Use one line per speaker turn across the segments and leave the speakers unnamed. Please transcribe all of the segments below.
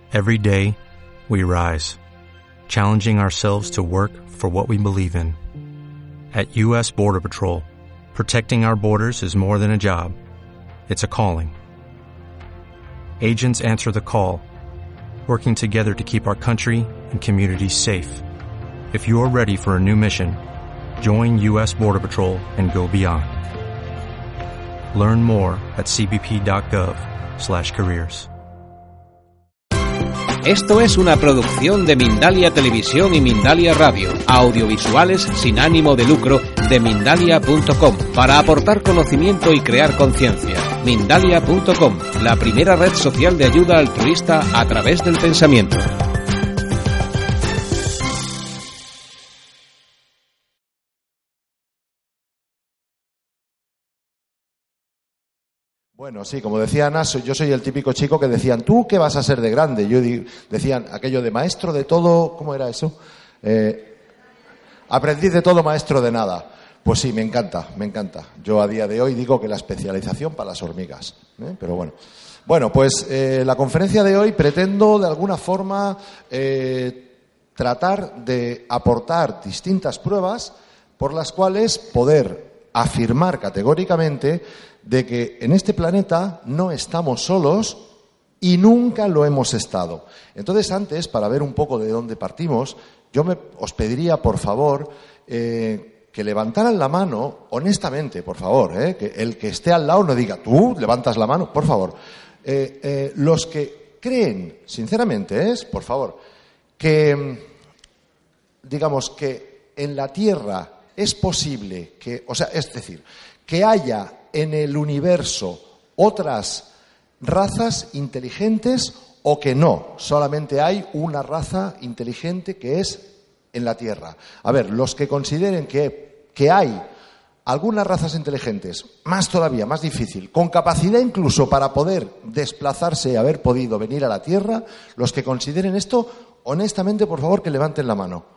Every day, we rise, challenging ourselves to work for what we believe in. At U.S. Border Patrol, protecting our borders is more than a job. It's a calling. Agents answer the call, working together to keep our country and communities safe. If you are ready for a new mission, join U.S. Border Patrol and go beyond. Learn more at cbp.gov/careers.
Esto es una producción de Mindalia Televisión y Mindalia Radio, audiovisuales sin ánimo de lucro de Mindalia.com, para aportar conocimiento y crear conciencia. Mindalia.com, la primera red social de ayuda altruista a través del pensamiento.
Bueno, sí, como decía Ana, yo soy el típico chico que decían, ¿tú qué vas a ser de grande? Decían aquello de maestro de todo, ¿cómo era eso? Aprendiz de todo, maestro de nada. Pues sí, me encanta, me encanta. Yo a día de hoy digo que la especialización para las hormigas, pero bueno. Bueno, pues la conferencia de hoy pretendo de alguna forma tratar de aportar distintas pruebas por las cuales poder afirmar categóricamente de que en este planeta no estamos solos y nunca lo hemos estado. Entonces, antes, para ver un poco de dónde partimos, os pediría, por favor, que levantaran la mano, honestamente, por favor, que el que esté al lado no diga, tú levantas la mano, por favor. Los que creen, sinceramente, por favor, que, digamos, que en la Tierra es posible que, es decir, que haya en el universo otras razas inteligentes o que no, solamente hay una raza inteligente que es en la Tierra. A ver, los que consideren que hay algunas razas inteligentes, más todavía, más difícil, con capacidad incluso para poder desplazarse y haber podido venir a la Tierra, los que consideren esto, honestamente, por favor, que levanten la mano.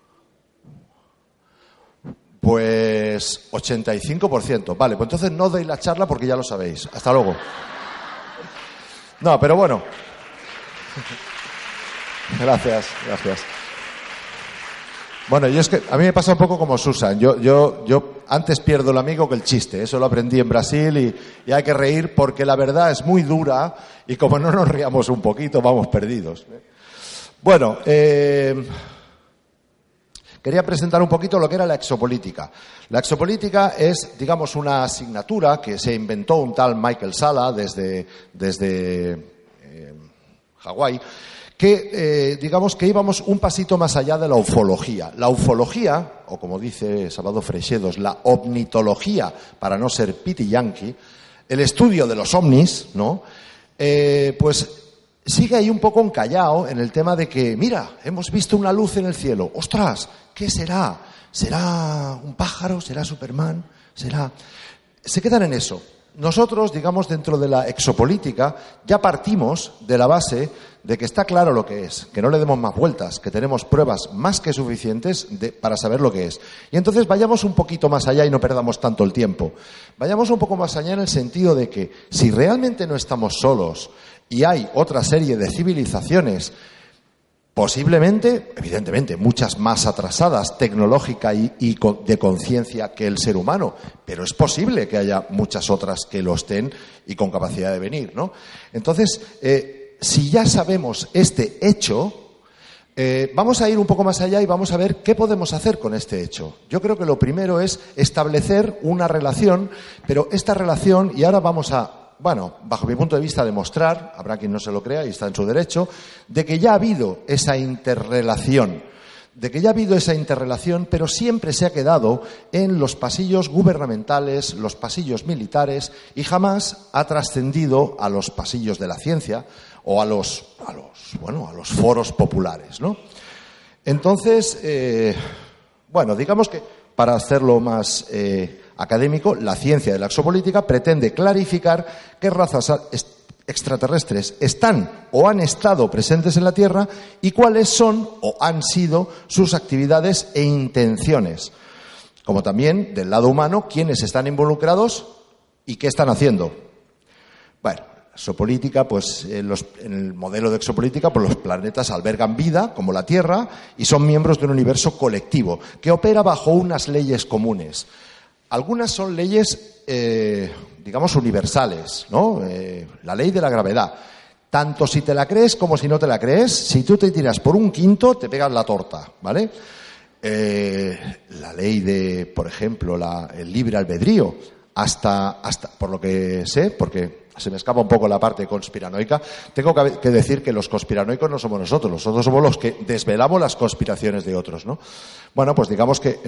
Pues 85%. Vale, pues entonces no doy la charla porque ya lo sabéis. Hasta luego. No, pero bueno. Gracias. Bueno, yo es que a mí me pasa un poco como Susan. Yo antes pierdo el amigo que el chiste. Eso lo aprendí en Brasil y hay que reír porque la verdad es muy dura y como no nos riamos un poquito vamos perdidos. Bueno, quería presentar un poquito lo que era la exopolítica. La exopolítica es, digamos, una asignatura que se inventó un tal Michael Salla desde Hawái, que digamos que íbamos un pasito más allá de la ufología. La ufología, o como dice Salvador Freixedos, la omnitología, para no ser piti yanqui, el estudio de los ovnis, ¿no? Pues sigue ahí un poco encallado en el tema de que, mira, hemos visto una luz en el cielo. ¡Ostras! ¿Qué será? ¿Será un pájaro? ¿Será Superman? ¿Será...? Se quedan en eso. Nosotros, digamos, dentro de la exopolítica, ya partimos de la base de que está claro lo que es, que no le demos más vueltas, que tenemos pruebas más que suficientes para saber lo que es. Y entonces vayamos un poquito más allá y no perdamos tanto el tiempo. Vayamos un poco más allá en el sentido de que si realmente no estamos solos y hay otra serie de civilizaciones, posiblemente, evidentemente, muchas más atrasadas tecnológica y de conciencia que el ser humano, pero es posible que haya muchas otras que lo estén y con capacidad de venir, ¿no? Entonces, si ya sabemos este hecho, vamos a ir un poco más allá y vamos a ver qué podemos hacer con este hecho. Yo creo que lo primero es establecer una relación, pero esta relación, y ahora vamos a, bueno, bajo mi punto de vista, demostrar, habrá quien no se lo crea y está en su derecho, de que ya ha habido esa interrelación, pero siempre se ha quedado en los pasillos gubernamentales, los pasillos militares y jamás ha trascendido a los pasillos de la ciencia o a los foros populares, ¿no? Entonces, bueno, digamos que para hacerlo más académico, la ciencia de la exopolítica pretende clarificar qué razas extraterrestres están o han estado presentes en la Tierra y cuáles son o han sido sus actividades e intenciones. Como también, del lado humano, quiénes están involucrados y qué están haciendo. Bueno, Exopolítica, pues en el modelo de exopolítica, pues los planetas albergan vida, como la Tierra, y son miembros de un universo colectivo, que opera bajo unas leyes comunes. Algunas son leyes, digamos, universales, ¿no? La ley de la gravedad. Tanto si te la crees como si no te la crees, si tú te tiras por un quinto, te pegas la torta, ¿vale? La ley de, por ejemplo, el libre albedrío, hasta, por lo que sé, porque se me escapa un poco la parte conspiranoica, tengo que decir que los conspiranoicos no somos nosotros somos los que desvelamos las conspiraciones de otros, ¿no? Bueno, pues digamos que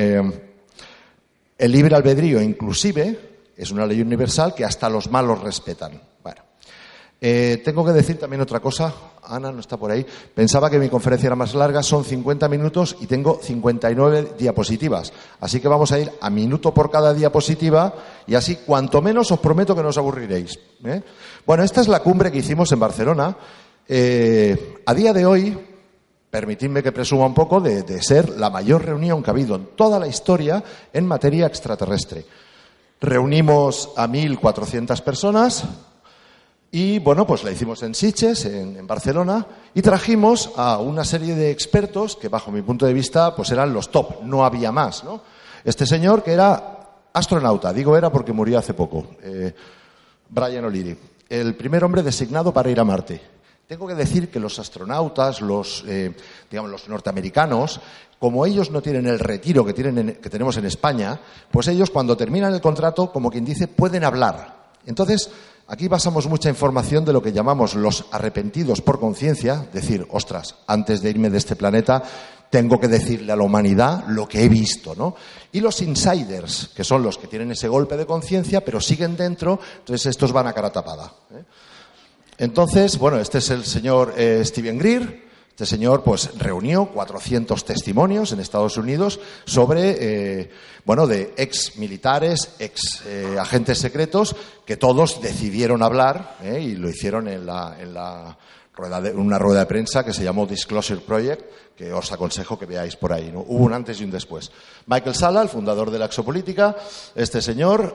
el libre albedrío, inclusive, es una ley universal que hasta los malos respetan. Bueno, tengo que decir también otra cosa. Ana no está por ahí. Pensaba que mi conferencia era más larga. Son 50 minutos y tengo 59 diapositivas. Así que vamos a ir a minuto por cada diapositiva y así, cuanto menos, os prometo que no os aburriréis. Bueno, esta es la cumbre que hicimos en Barcelona. A día de hoy, permitidme que presuma un poco de ser la mayor reunión que ha habido en toda la historia en materia extraterrestre. Reunimos a 1.400 personas. Y, bueno, pues la hicimos en Sitges, en Barcelona, y trajimos a una serie de expertos que, bajo mi punto de vista, pues eran los top, no había más, ¿no? Este señor, que era astronauta, digo era porque murió hace poco, Brian O'Leary, el primer hombre designado para ir a Marte. Tengo que decir que los astronautas, los norteamericanos, como ellos no tienen el retiro que tenemos en España, pues ellos, cuando terminan el contrato, como quien dice, pueden hablar. Entonces, aquí basamos mucha información de lo que llamamos los arrepentidos por conciencia, decir, ostras, antes de irme de este planeta tengo que decirle a la humanidad lo que he visto, ¿no? Y los insiders, que son los que tienen ese golpe de conciencia, pero siguen dentro, entonces estos van a cara tapada. Entonces, bueno, este es el señor Steven Greer. Este señor, pues, reunió 400 testimonios en Estados Unidos sobre, de ex militares, ex agentes secretos, que todos decidieron hablar, y lo hicieron en una rueda de prensa que se llamó Disclosure Project, que os aconsejo que veáis por ahí, ¿no? Hubo un antes y un después. Michael Salla, el fundador de la exopolítica, este señor,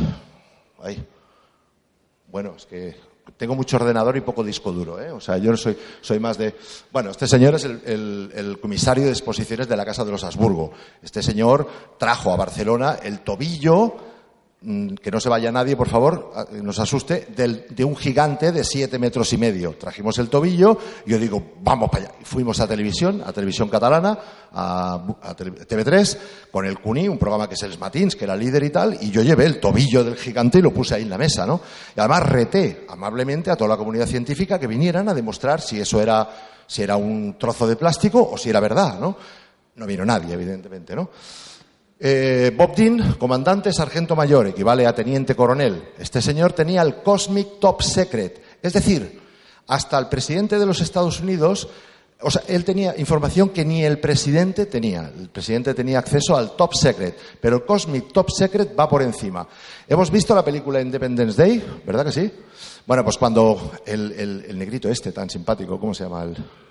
es que tengo mucho ordenador y poco disco duro, O sea, yo no soy más de... Bueno, este señor es el comisario de exposiciones de la Casa de los Habsburgo. Este señor trajo a Barcelona el tobillo, que no se vaya nadie, por favor, nos asuste, de un gigante de 7,5 metros. Trajimos el tobillo, yo digo, vamos para allá. Fuimos a televisión catalana, a TV3, con el CUNY, un programa que es Els Matins, que era líder y tal, y yo llevé el tobillo del gigante y lo puse ahí en la mesa, ¿no? Y además reté amablemente a toda la comunidad científica que vinieran a demostrar si era un trozo de plástico o si era verdad, ¿no? No vino nadie, evidentemente, ¿no? Bob Dean, comandante sargento mayor, equivale a teniente coronel. Este señor tenía el Cosmic Top Secret, es decir, hasta el presidente de los Estados Unidos, o sea, él tenía información que ni el presidente tenía. El presidente tenía acceso al Top Secret, pero el Cosmic Top Secret va por encima. Hemos visto la película Independence Day, ¿verdad que sí? Bueno, pues cuando el negrito este tan simpático, ¿cómo se llama?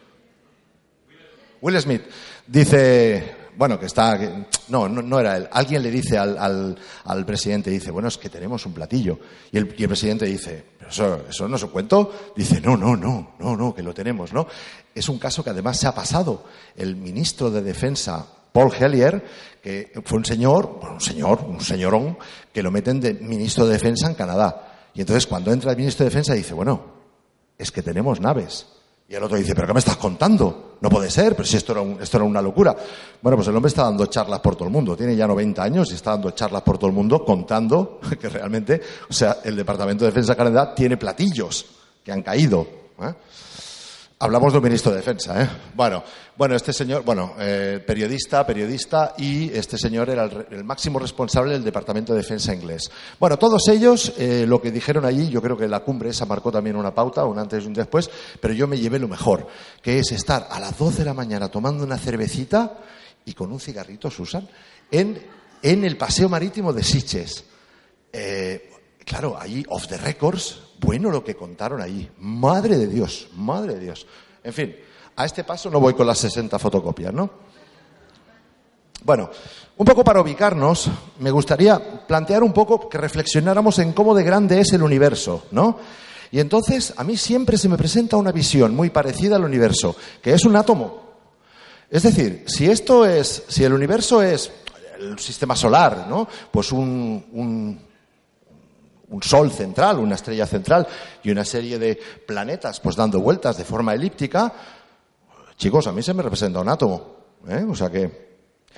Will Smith, dice... Bueno, que está... No era él. Alguien le dice al presidente, dice, bueno, es que tenemos un platillo. Y el presidente dice, pero eso no es un cuento. Dice, no, que lo tenemos, ¿no? Es un caso que además se ha pasado. El ministro de Defensa, Paul Hellyer, que fue un señorón, que lo meten de ministro de Defensa en Canadá. Y entonces cuando entra el ministro de Defensa dice, bueno, es que tenemos naves. Y el otro dice, ¿pero qué me estás contando? No puede ser, pero si esto era una locura. Bueno, pues el hombre está dando charlas por todo el mundo. Tiene ya 90 años y está dando charlas por todo el mundo contando que realmente, o sea, el Departamento de Defensa de Canadá tiene platillos que han caído. Hablamos del ministro de Defensa, Bueno, este señor, periodista, y este señor era el máximo responsable del Departamento de Defensa inglés. Bueno, todos ellos, lo que dijeron allí, yo creo que la cumbre esa marcó también una pauta, un antes y un después, pero yo me llevé lo mejor, que es estar a las 12 de la mañana tomando una cervecita y con un cigarrito, Susan, en el paseo marítimo de Sitges. Claro, allí, off the records, bueno lo que contaron allí. Madre de Dios. En fin, a este paso no voy con las 60 fotocopias, ¿no? Bueno, un poco para ubicarnos, me gustaría plantear un poco que reflexionáramos en cómo de grande es el universo, ¿no? Y entonces a mí siempre se me presenta una visión muy parecida al universo, que es un átomo. Es decir, si el universo es el sistema solar, ¿no? Pues un sol central, una estrella central y una serie de planetas pues dando vueltas de forma elíptica, chicos, a mí se me representa un átomo, O sea que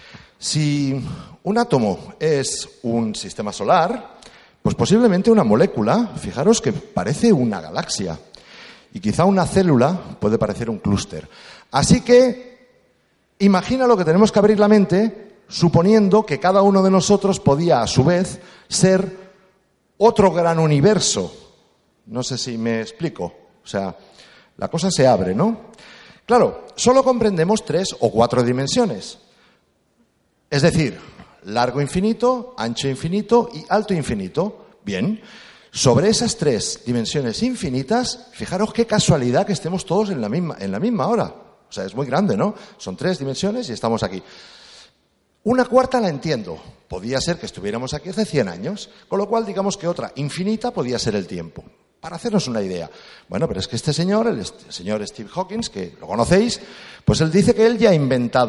si un átomo es un sistema solar, pues posiblemente una molécula, fijaros que parece una galaxia y quizá una célula puede parecer un clúster. Así que imagina lo que tenemos que abrir la mente suponiendo que cada uno de nosotros podía a su vez ser otro gran universo. No sé si me explico. O sea, la cosa se abre, ¿no? Claro, solo comprendemos 3 o 4 dimensiones. Es decir, largo infinito, ancho infinito y alto infinito. Bien, sobre esas 3 dimensiones infinitas, fijaros qué casualidad que estemos todos en la misma hora. O sea, es muy grande, ¿no? Son 3 dimensiones y estamos aquí. Una cuarta la entiendo. Podía ser que estuviéramos aquí hace 100 años, con lo cual digamos que otra infinita podía ser el tiempo. Para hacernos una idea. Bueno, pero es que este señor, el señor Steve Hawking, que lo conocéis, pues él dice que él ya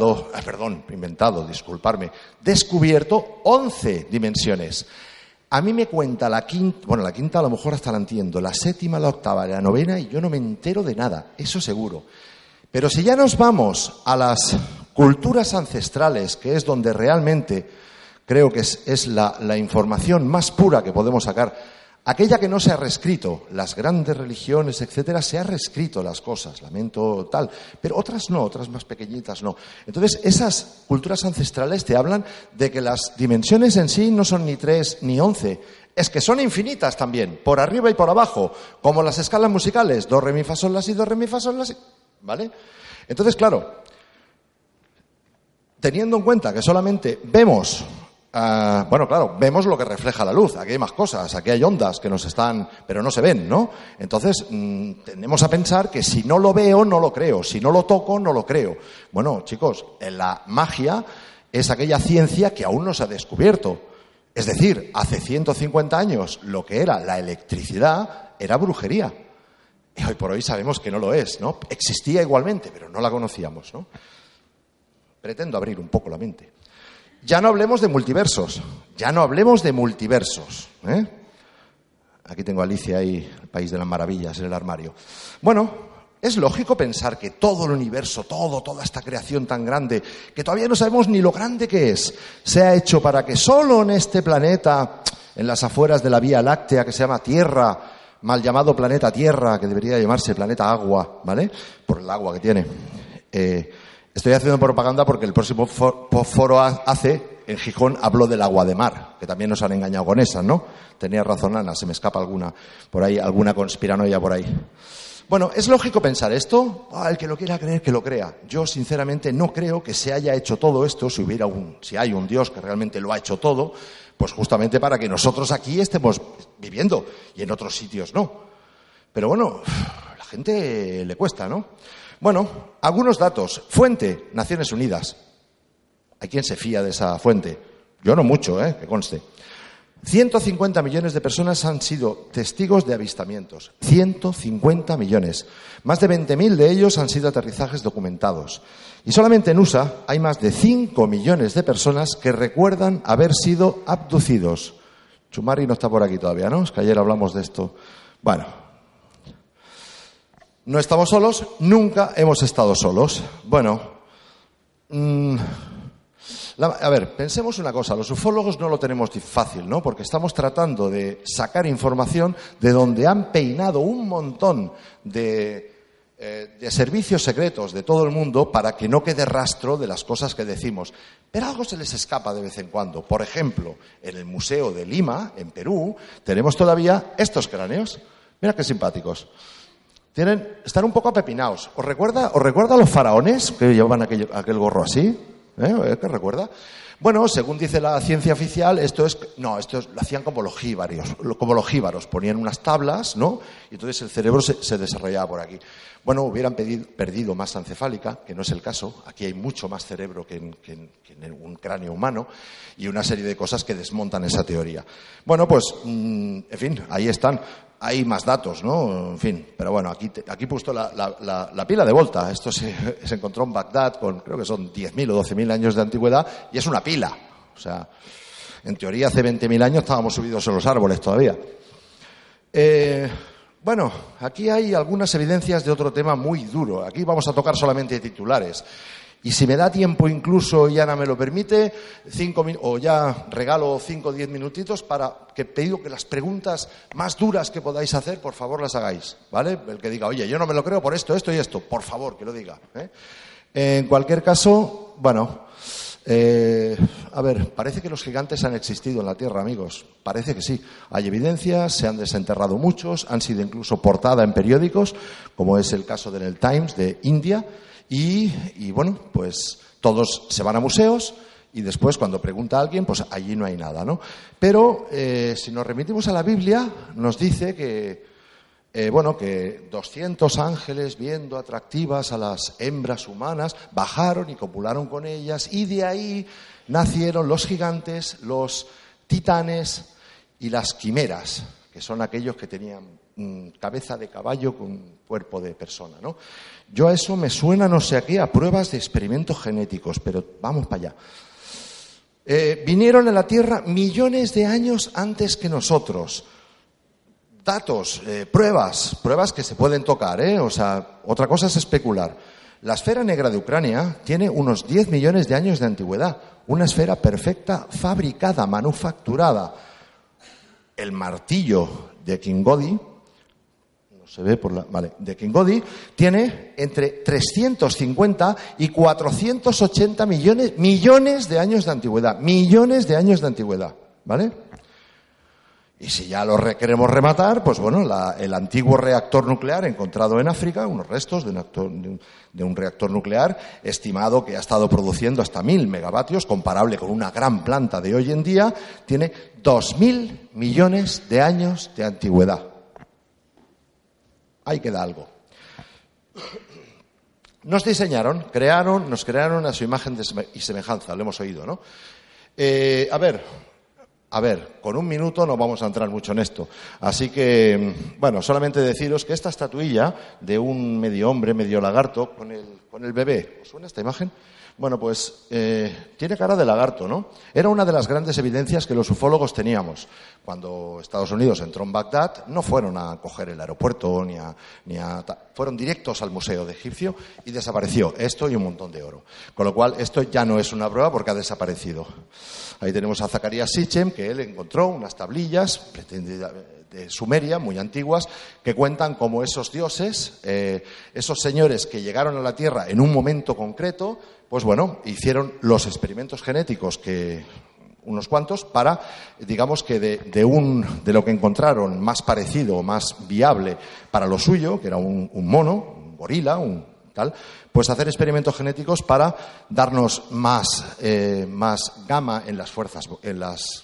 ha descubierto 11 dimensiones. A mí me cuenta la quinta a lo mejor hasta la entiendo, la séptima, la octava, la novena y yo no me entero de nada, eso seguro. Pero si ya nos vamos a las culturas ancestrales, que es donde realmente creo que es la información más pura que podemos sacar, aquella que no se ha reescrito, las grandes religiones, etcétera, se ha reescrito las cosas, lamento tal, pero otras no, otras más pequeñitas no. Entonces, esas culturas ancestrales te hablan de que las dimensiones en sí no son ni 3 ni 11, es que son infinitas también, por arriba y por abajo, como las escalas musicales, do, re, mi, fa, sol, la, si, do, re, mi, fa, sol, la, si, ¿vale? Entonces, claro, teniendo en cuenta que solamente vemos vemos lo que refleja la luz. Aquí hay más cosas, aquí hay ondas que nos están, pero no se ven, ¿no? Entonces, tendemos a pensar que si no lo veo, no lo creo. Si no lo toco, no lo creo. Bueno, chicos, la magia es aquella ciencia que aún no se ha descubierto. Es decir, hace 150 años lo que era la electricidad era brujería. Y hoy por hoy sabemos que no lo es, ¿no? Existía igualmente, pero no la conocíamos, ¿no? Pretendo abrir un poco la mente. Ya no hablemos de multiversos, ¿eh? Aquí tengo a Alicia ahí, el país de las maravillas, en el armario. Bueno, es lógico pensar que todo el universo, toda esta creación tan grande, que todavía no sabemos ni lo grande que es, se ha hecho para que solo en este planeta, en las afueras de la Vía Láctea, que se llama Tierra, mal llamado planeta Tierra, que debería llamarse planeta Agua, ¿vale? Por el agua que tiene. Estoy haciendo propaganda porque el próximo foro en Gijón habló del agua de mar, que también nos han engañado con esa, ¿no? Tenía razón Ana, se me escapa alguna por ahí, alguna conspiranoia por ahí. Bueno, ¿es lógico pensar esto? El que lo quiera creer, que lo crea. Yo, sinceramente, no creo que se haya hecho todo esto, si hay un Dios que realmente lo ha hecho todo, pues justamente para que nosotros aquí estemos viviendo y en otros sitios no. Pero bueno, a la gente le cuesta, ¿no? Bueno, algunos datos. Fuente, Naciones Unidas. ¿Hay quien se fía de esa fuente? Yo no mucho, que conste. 150 millones de personas han sido testigos de avistamientos. 150 millones. Más de 20.000 de ellos han sido aterrizajes documentados. Y solamente en USA hay más de 5 millones de personas que recuerdan haber sido abducidos. Chumari no está por aquí todavía, ¿no? Es que ayer hablamos de esto. Bueno. No estamos solos, nunca hemos estado solos. Bueno, a ver, pensemos una cosa, los ufólogos no lo tenemos fácil, ¿no? Porque estamos tratando de sacar información de donde han peinado un montón de servicios secretos de todo el mundo para que no quede rastro de las cosas que decimos. Pero algo se les escapa de vez en cuando. Por ejemplo, en el Museo de Lima, en Perú, tenemos todavía estos cráneos. Mira qué simpáticos. Están un poco apepinados. ¿Os recuerda a los faraones que llevaban aquel gorro así? ¿Qué recuerda? Bueno, según dice la ciencia oficial, esto lo hacían como los jíbaros, ponían unas tablas, ¿no? Y entonces el cerebro se desarrollaba por aquí. Bueno, hubieran perdido masa encefálica, que no es el caso. Aquí hay mucho más cerebro que en un cráneo humano, y una serie de cosas que desmontan esa teoría. Bueno, pues, en fin, ahí están. Hay más datos, ¿no? En fin, pero bueno, aquí he puesto la pila de Volta. Esto se encontró en Bagdad con, creo que son 10.000 o 12.000 años de antigüedad, y es una pila. O sea, en teoría hace 20.000 años estábamos subidos en los árboles todavía. Bueno, aquí hay algunas evidencias de otro tema muy duro. Aquí vamos a tocar solamente titulares. Y si me da tiempo, incluso Yana me lo permite, o ya regalo 5 o 10 minutitos para que pedido que las preguntas más duras que podáis hacer, por favor, las hagáis, ¿vale? El que diga, oye, yo no me lo creo por esto y esto, por favor, que lo diga, ¿eh? En cualquier caso, bueno, a ver, parece que los gigantes han existido en la Tierra, amigos. Parece que sí. Hay evidencias, se han desenterrado muchos, han sido incluso portada en periódicos, como es el caso del Times de India. Y bueno, pues todos se van a museos y después cuando pregunta a alguien, pues allí no hay nada, ¿no? Pero si nos remitimos a la Biblia, nos dice que 200 ángeles, viendo atractivas a las hembras humanas, bajaron y copularon con ellas, y de ahí nacieron los gigantes, los titanes y las quimeras, que son aquellos que tenían cabeza de caballo con cuerpo de persona, ¿no? Yo a eso me suena, no sé a qué, a pruebas de experimentos genéticos, pero vamos para allá. Vinieron a la Tierra millones de años antes que nosotros. Datos, pruebas que se pueden tocar, ¿eh? O sea, otra cosa es especular. La esfera negra de Ucrania tiene unos 10 millones de años de antigüedad. Una esfera perfecta, fabricada, manufacturada. El martillo de Kingoddy, se ve de Kingoddy, tiene entre 350 y 480 millones de años de antigüedad. Millones de años de antigüedad, ¿vale? Y si ya lo queremos rematar, pues bueno, el antiguo reactor nuclear encontrado en África, unos restos de un reactor nuclear estimado que ha estado produciendo hasta 1.000 megavatios, comparable con una gran planta de hoy en día, tiene 2.000 millones de años de antigüedad. Ahí queda algo. Nos crearon a su imagen y semejanza, lo hemos oído, ¿no? A ver, con un minuto no vamos a entrar mucho en esto. Así que, bueno, solamente deciros que esta estatuilla de un medio hombre, medio lagarto, con el bebé, ¿os suena esta imagen? Bueno, pues tiene cara de lagarto, ¿no? Era una de las grandes evidencias que los ufólogos teníamos. Cuando Estados Unidos entró en Bagdad, no fueron a coger el aeropuerto fueron directos al Museo de Egipcio y desapareció esto y un montón de oro. Con lo cual, esto ya no es una prueba porque ha desaparecido. Ahí tenemos a Zacarías Sitchem, que él encontró unas tablillas de Sumeria, muy antiguas, que cuentan cómo esos dioses, esos señores que llegaron a la Tierra en un momento concreto, pues bueno, hicieron los experimentos genéticos unos cuantos, para, digamos que de lo que encontraron más parecido, más viable para lo suyo, que era un mono, un gorila, un tal, pues hacer experimentos genéticos para darnos más gama en las fuerzas, en las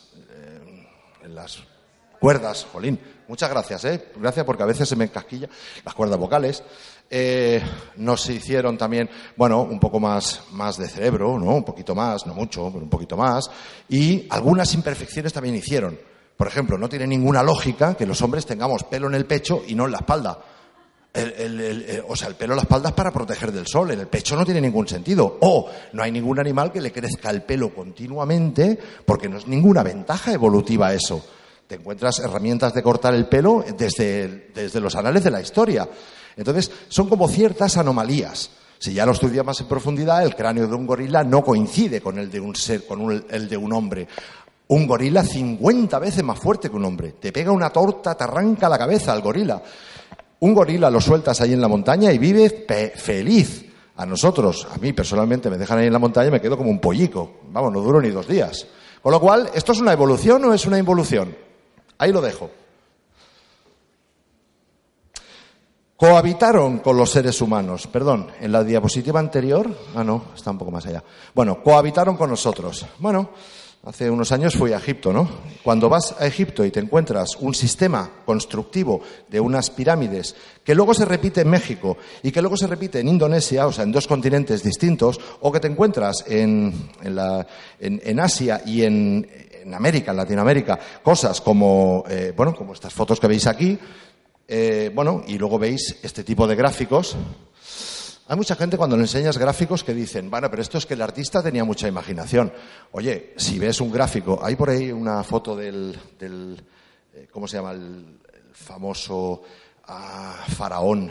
cuerdas, jolín. Muchas gracias, gracias, porque a veces se me encasquilla las cuerdas vocales. Nos hicieron también, bueno, un poco más de cerebro, ¿no? Un poquito más, no mucho, pero un poquito más. Y algunas imperfecciones también hicieron. Por ejemplo, no tiene ninguna lógica que los hombres tengamos pelo en el pecho y no en la espalda. O sea, el pelo en la espalda es para proteger del sol, en el pecho no tiene ningún sentido. O no hay ningún animal que le crezca el pelo continuamente, porque no es ninguna ventaja evolutiva eso. Te encuentras herramientas de cortar el pelo desde los anales de la historia. Entonces, son como ciertas anomalías. Si ya lo estudias más en profundidad, el cráneo de un gorila no coincide con el de un ser, el de un hombre. Un gorila 50 veces más fuerte que un hombre. Te pega una torta, te arranca la cabeza al gorila. Un gorila lo sueltas ahí en la montaña y vive feliz. A nosotros, a mí personalmente, me dejan ahí en la montaña y me quedo como un pollico. Vamos, no duro ni 2 días. Con lo cual, ¿esto es una evolución o es una involución? Ahí lo dejo. cohabitaron con los seres humanos. Perdón, en la diapositiva anterior... no, está un poco más allá. Bueno, cohabitaron con nosotros. Bueno, hace unos años fui a Egipto, ¿no? Cuando vas a Egipto y te encuentras un sistema constructivo de unas pirámides que luego se repite en México y que luego se repite en Indonesia, o sea, en dos continentes distintos, o que te encuentras en Asia y en América, en Latinoamérica, cosas como, como estas fotos que veis aquí, y luego veis este tipo de gráficos. Hay mucha gente cuando le enseñas gráficos que dicen, bueno, pero esto es que el artista tenía mucha imaginación. Oye, si ves un gráfico, hay por ahí una foto del ¿cómo se llama? El famoso faraón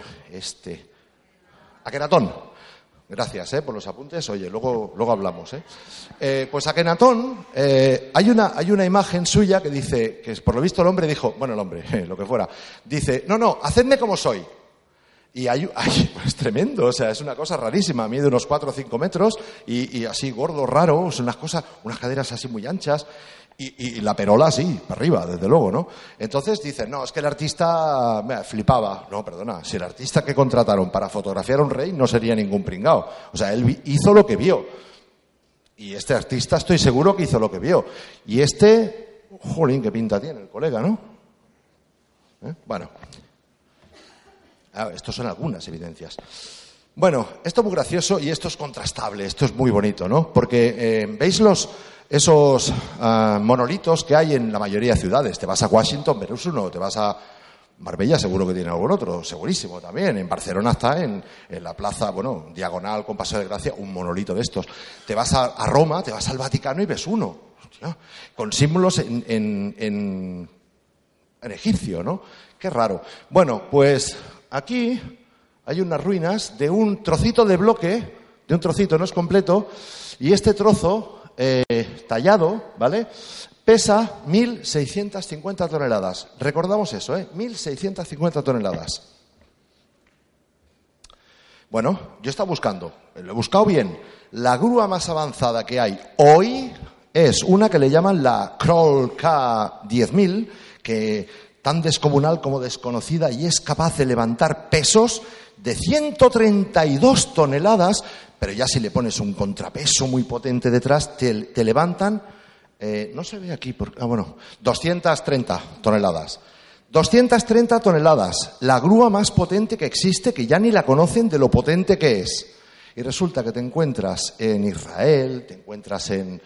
Akenatón. Gracias por los apuntes. Oye, luego hablamos. Pues Akenatón, hay una imagen suya que dice, que por lo visto el hombre dijo, bueno, el hombre, lo que fuera, dice, no, hacedme como soy. Y es tremendo, o sea, es una cosa rarísima, mide unos 4 o 5 metros y así gordo, raro, es unas caderas así muy anchas y la perola así, para arriba, desde luego, ¿no? Entonces dicen, no, es que el artista flipaba. No, perdona, si el artista que contrataron para fotografiar a un rey no sería ningún pringao. O sea, él hizo lo que vio. Y este artista estoy seguro que hizo lo que vio. Y jolín, qué pinta tiene el colega, ¿no? Bueno. Estos son algunas evidencias. Bueno, esto es muy gracioso y esto es contrastable, esto es muy bonito, ¿no? Porque ¿veis esos monolitos que hay en la mayoría de ciudades? Te vas a Washington, verás uno, te vas a Marbella, seguro que tiene algún otro, segurísimo también. En Barcelona está en la plaza, diagonal con Paseo de Gracia, un monolito de estos. Te vas a Roma, te vas al Vaticano y ves uno, hostia, con símbolos en egipcio, ¿no? Qué raro. Bueno, pues aquí hay unas ruinas de un trocito de bloque, de un trocito, no es completo, y este trozo tallado, ¿vale?, pesa 1.650 toneladas. Recordamos eso, 1.650 toneladas. Bueno, yo estaba buscando, lo he buscado bien. La grúa más avanzada que hay hoy es una que le llaman la Kroll K10.000, que tan descomunal como desconocida, y es capaz de levantar pesos de 132 toneladas, pero ya si le pones un contrapeso muy potente detrás, te levantan, no se ve aquí, 230 toneladas. 230 toneladas, la grúa más potente que existe, que ya ni la conocen de lo potente que es. Y resulta que te encuentras en Israel, te encuentras en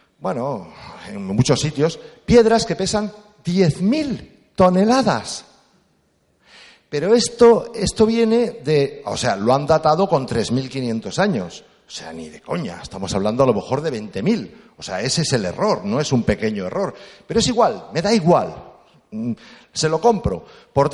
muchos sitios, piedras que pesan 10.000 toneladas. Pero esto viene lo han datado con 3.500 años. O sea, ni de coña, estamos hablando a lo mejor de 20.000. O sea, ese es el error, no es un pequeño error. Pero es igual, me da igual. Se lo compro. Por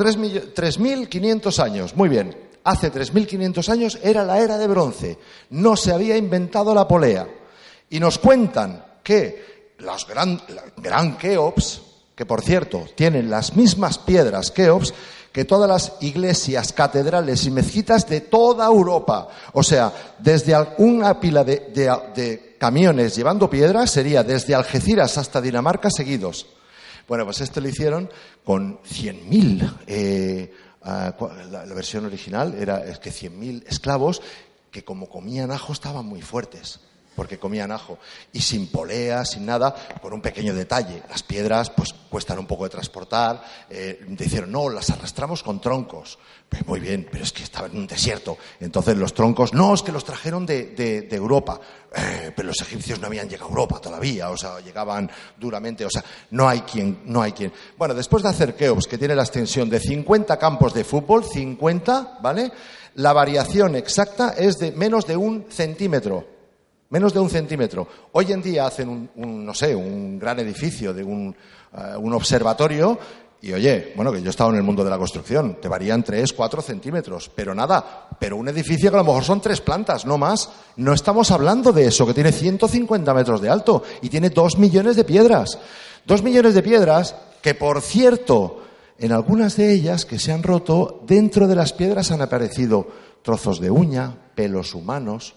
3.500 años, muy bien. Hace 3.500 años era la era de bronce. No se había inventado la polea. Y nos cuentan que las gran Keops, que por cierto tienen las mismas piedras Keops que todas las iglesias, catedrales y mezquitas de toda Europa. O sea, desde una pila de camiones llevando piedras sería desde Algeciras hasta Dinamarca seguidos. Bueno, pues esto lo hicieron con 100.000, la versión original es que 100.000 esclavos que como comían ajo estaban muy fuertes. Porque comían ajo, y sin polea, sin nada, con un pequeño detalle. Las piedras pues cuestan un poco de transportar. Dijeron, no, las arrastramos con troncos. Pues muy bien, pero es que estaba en un desierto. Entonces los troncos, no, es que los trajeron de Europa. Pero los egipcios no habían llegado a Europa todavía, o sea, llegaban duramente, o sea, no hay quien. Bueno, después de hacer Keops, que tiene la extensión de 50 campos de fútbol, 50, ¿vale? La variación exacta es de menos de 1 centímetro. Menos de 1 centímetro. Hoy en día hacen un gran edificio de un observatorio y oye, que yo he estado en el mundo de la construcción, te varían 3, 4 centímetros, pero nada, pero un edificio que a lo mejor son 3 plantas, no más. No estamos hablando de eso, que tiene 150 metros de alto y tiene 2 millones de piedras. 2 millones de piedras que, por cierto, en algunas de ellas que se han roto, dentro de las piedras han aparecido trozos de uña, pelos humanos.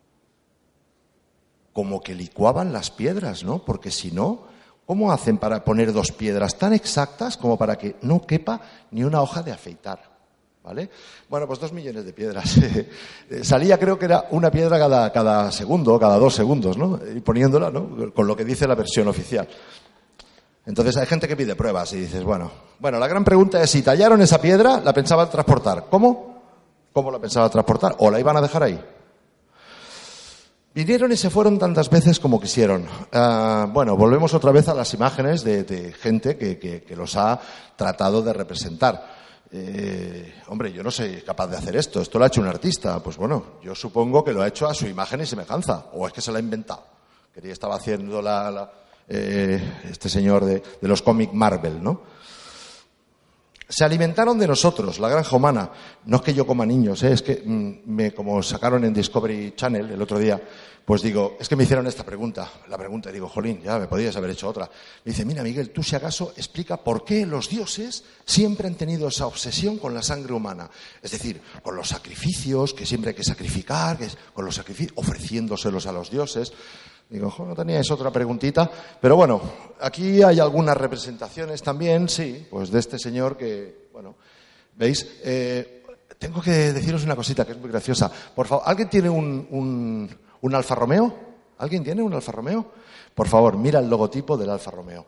Como que licuaban las piedras, ¿no? Porque si no, ¿cómo hacen para poner 2 piedras tan exactas como para que no quepa ni una hoja de afeitar? ¿vale? Bueno, pues 2 millones de piedras. Salía, creo que era una piedra cada segundo, cada 2 segundos, ¿no? Y poniéndola, ¿no? Con lo que dice la versión oficial. Entonces hay gente que pide pruebas y dices, bueno, la gran pregunta es si tallaron esa piedra, la pensaban transportar. ¿Cómo? ¿Cómo la pensaban transportar? ¿O la iban a dejar ahí? Vinieron y se fueron tantas veces como quisieron. Bueno, volvemos otra vez a las imágenes de gente que los ha tratado de representar. Hombre, yo no soy capaz de hacer esto. Esto lo ha hecho un artista. Pues bueno, yo supongo que lo ha hecho a su imagen y semejanza. O es que se la ha inventado. Que estaba haciendo este señor de los cómics Marvel, ¿no? Se alimentaron de nosotros, la granja humana. No es que yo coma niños, es que como sacaron en Discovery Channel el otro día, pues digo, es que me hicieron esta pregunta. La pregunta, digo, jolín, ya me podías haber hecho otra. Me dice, mira, Miguel, tú si acaso explica por qué los dioses siempre han tenido esa obsesión con la sangre humana. Es decir, con los sacrificios, que siempre hay que sacrificar, con los sacrificios, ofreciéndoselos a los dioses. Digo, no teníais otra preguntita, pero bueno, aquí hay algunas representaciones también, sí, pues de este señor que, bueno, ¿veis? Tengo que deciros una cosita que es muy graciosa. Por favor, ¿alguien tiene un Alfa Romeo? ¿Alguien tiene un Alfa Romeo? Por favor, mira el logotipo del Alfa Romeo.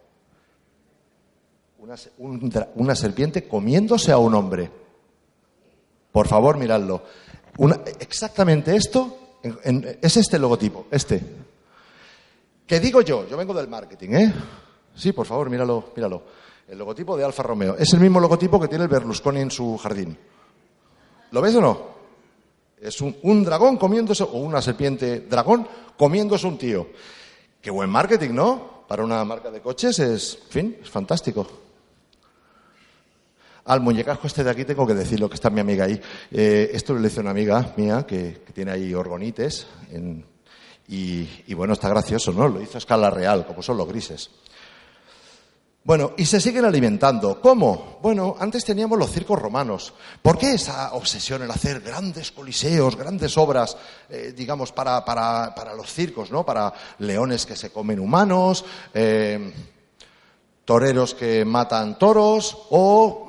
Una serpiente comiéndose a un hombre. Por favor, miradlo. Exactamente esto, es este logotipo, este. ¿Qué digo yo? Yo vengo del marketing, ¿eh? Sí, por favor, míralo. El logotipo de Alfa Romeo. Es el mismo logotipo que tiene el Berlusconi en su jardín. ¿Lo ves o no? Es un dragón comiéndose, o una serpiente dragón comiéndose un tío. Qué buen marketing, ¿no? Para una marca de coches es fantástico. Al muñecajo este de aquí tengo que decirlo, que está mi amiga ahí. Esto lo hizo una amiga mía que tiene ahí orgonites y bueno, está gracioso, ¿no? Lo hizo a escala real, como son los grises. Bueno, y se siguen alimentando. ¿Cómo? Bueno, antes teníamos los circos romanos. ¿Por qué esa obsesión en hacer grandes coliseos, grandes obras, digamos, para los circos, ¿no? Para leones que se comen humanos, toreros que matan toros o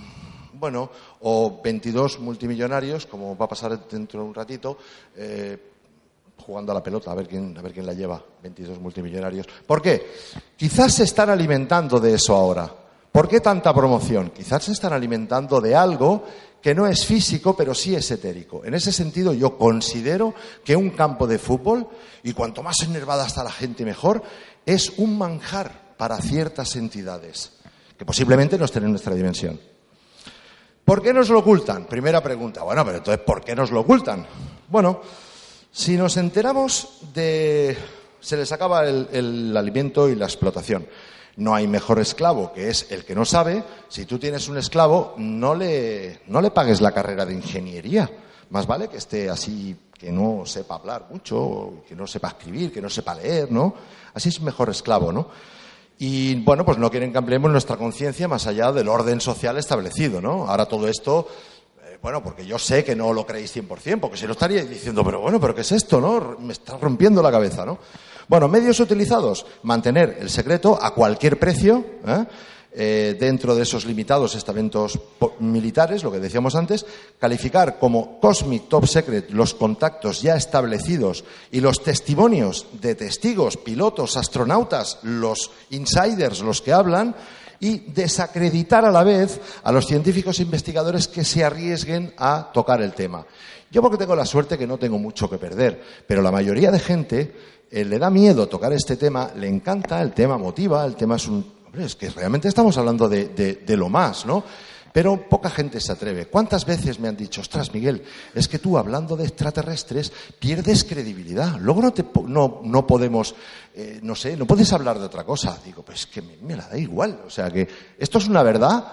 22 multimillonarios, como va a pasar dentro de un ratito, jugando a la pelota, a ver quién la lleva, 22 multimillonarios. ¿Por qué? Quizás se están alimentando de eso ahora. ¿Por qué tanta promoción? Quizás se están alimentando de algo que no es físico, pero sí es etérico. En ese sentido, yo considero que un campo de fútbol, y cuanto más enervada está la gente mejor, es un manjar para ciertas entidades, que posiblemente no estén en nuestra dimensión. ¿Por qué nos lo ocultan? Primera pregunta. Bueno, pero entonces, ¿por qué nos lo ocultan? Bueno, si nos enteramos se les acaba el alimento y la explotación. No hay mejor esclavo que es el que no sabe. Si tú tienes un esclavo, no le pagues la carrera de ingeniería. Más vale que esté así, que no sepa hablar mucho, que no sepa escribir, que no sepa leer, ¿no? Así es mejor esclavo, ¿no? Y bueno, pues no quieren que ampliemos nuestra conciencia más allá del orden social establecido, ¿no? Ahora todo esto... Bueno, porque yo sé que no lo creéis 100%, porque si lo estaríais diciendo, pero ¿qué es esto, no? Me está rompiendo la cabeza, ¿no? Bueno, medios utilizados, mantener el secreto a cualquier precio, dentro de esos limitados estamentos militares, lo que decíamos antes, calificar como Cosmic Top Secret los contactos ya establecidos y los testimonios de testigos, pilotos, astronautas, los insiders, los que hablan, y desacreditar a la vez a los científicos e investigadores que se arriesguen a tocar el tema. Yo porque tengo la suerte que no tengo mucho que perder, pero la mayoría de gente le da miedo tocar este tema, le encanta, el tema motiva, el tema es que realmente estamos hablando de lo más, ¿no? Pero poca gente se atreve. ¿Cuántas veces me han dicho, ostras, Miguel, es que tú hablando de extraterrestres pierdes credibilidad? Luego no podemos, no puedes hablar de otra cosa. Digo, pues que me la da igual. O sea que esto es una verdad,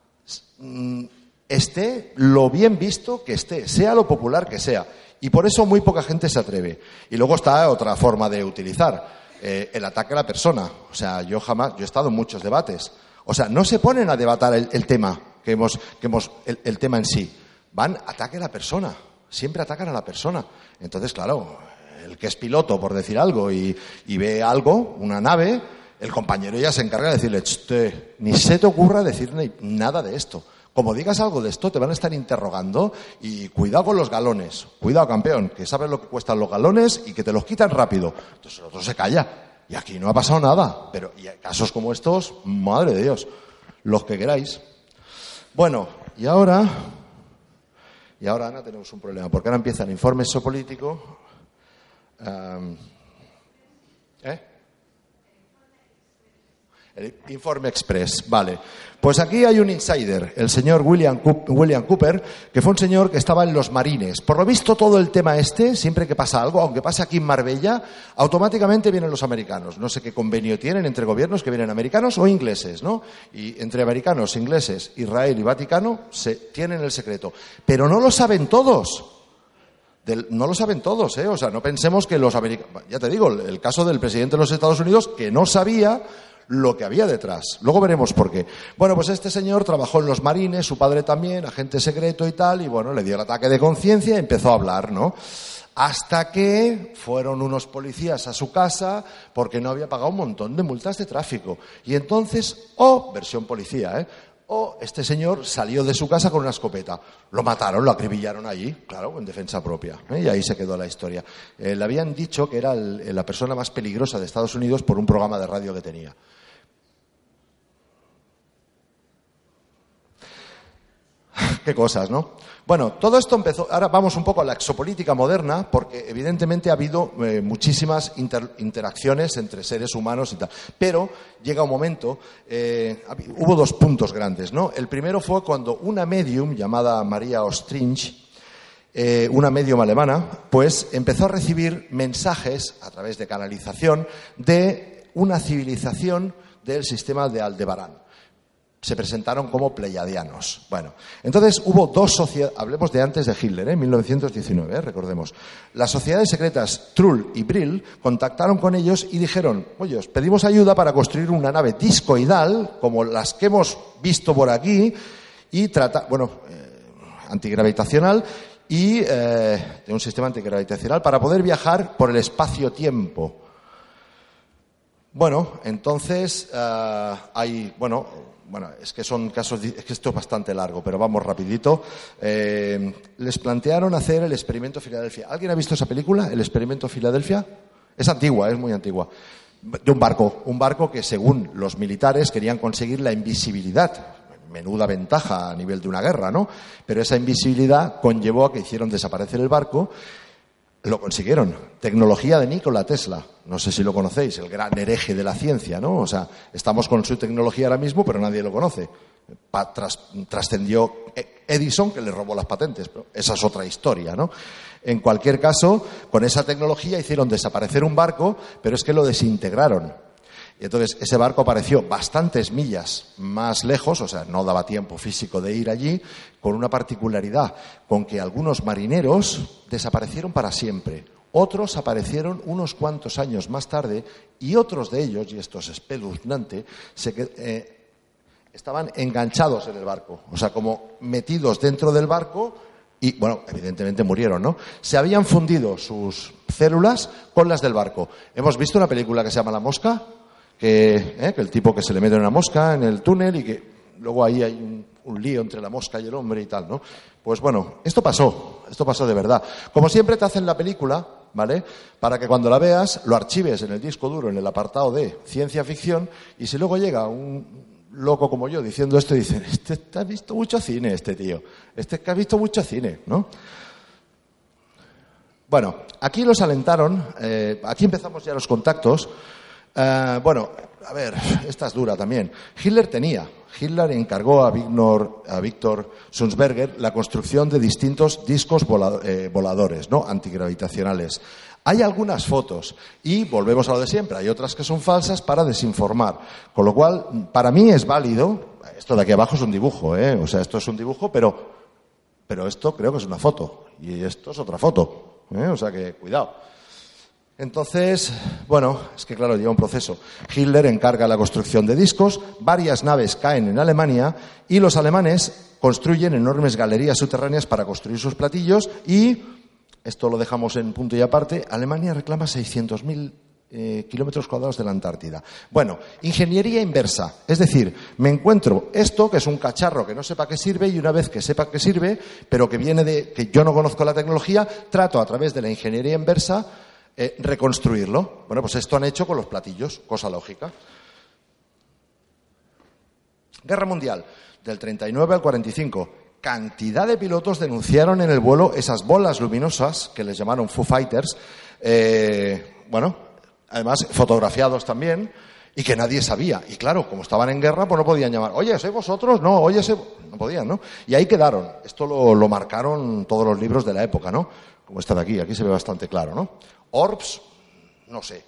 esté lo bien visto que esté, sea lo popular que sea. Y por eso muy poca gente se atreve. Y luego está otra forma de utilizar, el ataque a la persona. O sea, yo he estado en muchos debates. O sea, no se ponen a debatir el tema. El tema en sí. Ataque a la persona. Siempre atacan a la persona. Entonces, claro, el que es piloto, por decir algo, y ve algo, una nave, el compañero ya se encarga de decirle, ni se te ocurra decir nada de esto. Como digas algo de esto, te van a estar interrogando y cuidado con los galones. Cuidado, campeón, que sabes lo que cuestan los galones y que te los quitan rápido. Entonces el otro se calla. Y aquí no ha pasado nada. Pero y casos como estos, madre de Dios, los que queráis. Bueno, y ahora, Ana, tenemos un problema, porque ahora empieza el informe sociopolítico. El informe express, vale. Pues aquí hay un insider, el señor William Cooper, que fue un señor que estaba en los Marines. Por lo visto, todo el tema siempre que pasa algo, aunque pase aquí en Marbella, automáticamente vienen los americanos. No sé qué convenio tienen entre gobiernos que vienen americanos o ingleses, ¿no? Y entre americanos, ingleses, Israel y Vaticano tienen el secreto. Pero no lo saben todos. No lo saben todos, ¿eh? O sea, no pensemos que los americanos... Ya te digo, el caso del presidente de los Estados Unidos, que no sabía lo que había detrás. Luego veremos por qué. Bueno, pues este señor trabajó en los Marines, su padre también, agente secreto y tal, y bueno, le dio el ataque de conciencia y empezó a hablar, ¿no? Hasta que fueron unos policías a su casa porque no había pagado un montón de multas de tráfico. Y entonces, versión policía, este señor salió de su casa con una escopeta. Lo mataron, lo acribillaron allí, claro, en defensa propia. Y ahí se quedó la historia. Le habían dicho que era la persona más peligrosa de Estados Unidos por un programa de radio que tenía. Qué cosas, ¿no? Bueno, todo esto empezó... Ahora vamos un poco a la exopolítica moderna, porque evidentemente ha habido muchísimas interacciones entre seres humanos y tal. Pero llega un momento... hubo dos puntos grandes, ¿no? El primero fue cuando una medium llamada Maria Ostringe, una medium alemana, pues empezó a recibir mensajes a través de canalización de una civilización del sistema de Aldebarán. Se presentaron como pleiadianos. Bueno, entonces hubo dos sociedades, hablemos de antes de Hitler, 1919, recordemos. Las sociedades secretas Trull y Brill contactaron con ellos y dijeron, oye, os pedimos ayuda para construir una nave discoidal, como las que hemos visto por aquí, y antigravitacional, y de un sistema antigravitacional para poder viajar por el espacio-tiempo. Bueno, entonces es que son casos, es que esto es bastante largo, pero vamos rapidito. Les plantearon hacer el experimento Filadelfia. ¿Alguien ha visto esa película, el experimento Filadelfia? Es antigua, es muy antigua. De un barco que según los militares querían conseguir la invisibilidad. Menuda ventaja a nivel de una guerra, ¿no? Pero esa invisibilidad conllevó a que hicieron desaparecer el barco. Lo consiguieron. Tecnología de Nikola Tesla. No sé si lo conocéis, el gran hereje de la ciencia, ¿no? O sea, estamos con su tecnología ahora mismo, pero nadie lo conoce. Trascendió Edison, que le robó las patentes. Pero esa es otra historia, ¿no? En cualquier caso, con esa tecnología hicieron desaparecer un barco, pero es que lo desintegraron. Y entonces ese barco apareció bastantes millas más lejos, o sea, no daba tiempo físico de ir allí, con una particularidad, con que algunos marineros desaparecieron para siempre. Otros aparecieron unos cuantos años más tarde y otros de ellos, y esto es espeluznante, estaban enganchados en el barco, o sea, como metidos dentro del barco y, bueno, evidentemente murieron, ¿no? Se habían fundido sus células con las del barco. Hemos visto una película que se llama La Mosca, que el tipo que se le mete una mosca en el túnel y que luego ahí hay un lío entre la mosca y el hombre y tal, ¿no? Pues bueno, esto pasó de verdad. Como siempre te hacen la película, ¿vale? Para que cuando la veas lo archives en el disco duro, en el apartado de ciencia ficción, y si luego llega un loco como yo diciendo esto, dicen, ha visto mucho cine este tío, que ha visto mucho cine, ¿no? Bueno, aquí los alentaron, aquí empezamos ya los contactos. A ver, esta es dura también. Hitler encargó a Víctor Sulzberger la construcción de distintos discos voladores, ¿no? Antigravitacionales. Hay algunas fotos y volvemos a lo de siempre. Hay otras que son falsas para desinformar. Con lo cual, para mí es válido. Esto de aquí abajo es un dibujo, O sea, esto es un dibujo, pero esto creo que es una foto. Y esto es otra foto, O sea que, cuidado. Entonces, bueno, es que claro, lleva un proceso. Hitler encarga la construcción de discos, varias naves caen en Alemania y los alemanes construyen enormes galerías subterráneas para construir sus platillos y, esto lo dejamos en punto y aparte, Alemania reclama 600.000 kilómetros cuadrados de la Antártida. Bueno, ingeniería inversa. Es decir, me encuentro esto, que es un cacharro que no sé para qué sirve, y una vez que sepa qué sirve, pero que viene de que yo no conozco la tecnología, trato a través de la ingeniería inversa reconstruirlo. Bueno, pues esto han hecho con los platillos, cosa lógica. Guerra Mundial, del 39 al 45. Cantidad de pilotos denunciaron en el vuelo esas bolas luminosas, que les llamaron Foo Fighters, además fotografiados también, y que nadie sabía. Y claro, como estaban en guerra, pues no podían llamar, oye, ¿sois vosotros? No, oye, no podían, ¿no? Y ahí quedaron. Esto lo marcaron todos los libros de la época, ¿no? Como está de aquí se ve bastante claro, ¿no? Orbs, no sé.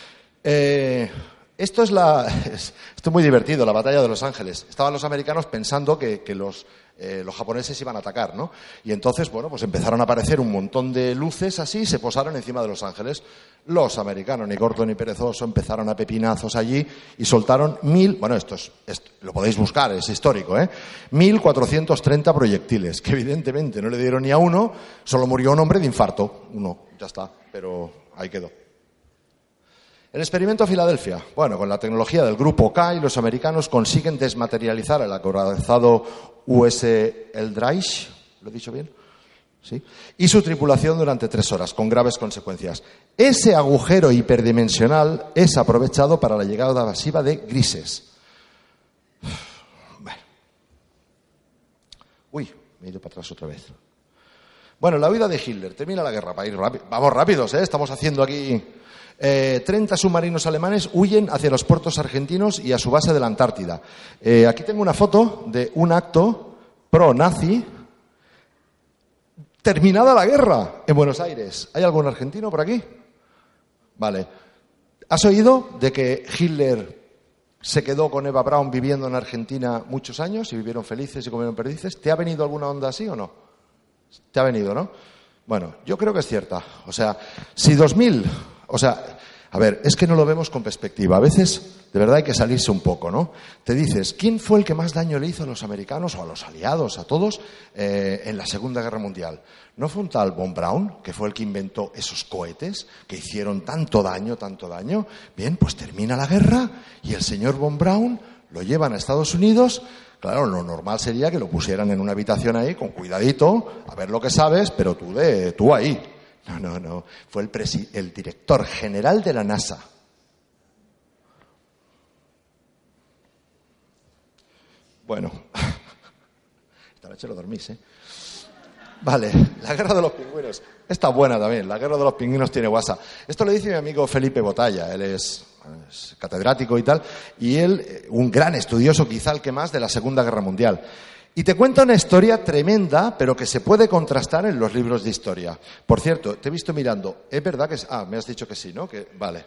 Esto es muy divertido, la batalla de Los Ángeles. Estaban los americanos pensando que los japoneses iban a atacar, ¿no? Y entonces, bueno, pues empezaron a aparecer un montón de luces así y se posaron encima de Los Ángeles. Los americanos, ni corto ni perezoso, empezaron a pepinazos allí y soltaron esto lo podéis buscar, es histórico, 1.430 proyectiles, que evidentemente no le dieron ni a uno, solo murió un hombre de infarto. Uno, ya está, pero ahí quedó. El experimento Filadelfia. Bueno, con la tecnología del Grupo K, los americanos consiguen desmaterializar el acorazado USS Eldridge, ¿lo he dicho bien? ¿Sí? Y su tripulación durante 3 horas, con graves consecuencias. Ese agujero hiperdimensional es aprovechado para la llegada masiva de grises. Bueno. Uy, me he ido para atrás otra vez. Bueno, la huida de Hitler. Termina la guerra, para ir rápido. Vamos rápidos, estamos haciendo aquí... 30 submarinos alemanes huyen hacia los puertos argentinos y a su base de la Antártida. Aquí tengo una foto de un acto pro-nazi. Terminada la guerra en Buenos Aires. ¿Hay algún argentino por aquí? Vale. ¿Has oído de que Hitler se quedó con Eva Braun viviendo en Argentina muchos años y vivieron felices y comieron perdices? ¿Te ha venido alguna onda así o no? ¿Te ha venido, no? Bueno, yo creo que es cierta. O sea, si 2000... O sea, a ver, es que no lo vemos con perspectiva. A veces, de verdad, hay que salirse un poco, ¿no? Te dices, ¿quién fue el que más daño le hizo a los americanos o a los aliados, a todos, en la Segunda Guerra Mundial? ¿No fue un tal von Braun, que fue el que inventó esos cohetes que hicieron tanto daño, tanto daño? Bien, pues termina la guerra y el señor von Braun lo llevan a Estados Unidos. Claro, lo normal sería que lo pusieran en una habitación ahí, con cuidadito, a ver lo que sabes, pero tú ahí. No. Fue el director general de la NASA. Bueno, esta noche lo dormís, Vale, la guerra de los pingüinos. Está buena también, la guerra de los pingüinos tiene guasa. Esto le dice mi amigo Felipe Botalla, él es catedrático y tal, y él, un gran estudioso, quizá el que más, de la Segunda Guerra Mundial. Y te cuenta una historia tremenda, pero que se puede contrastar en los libros de historia. Por cierto, te he visto mirando. ¿Es verdad que...? Me has dicho que sí, ¿no? Vale.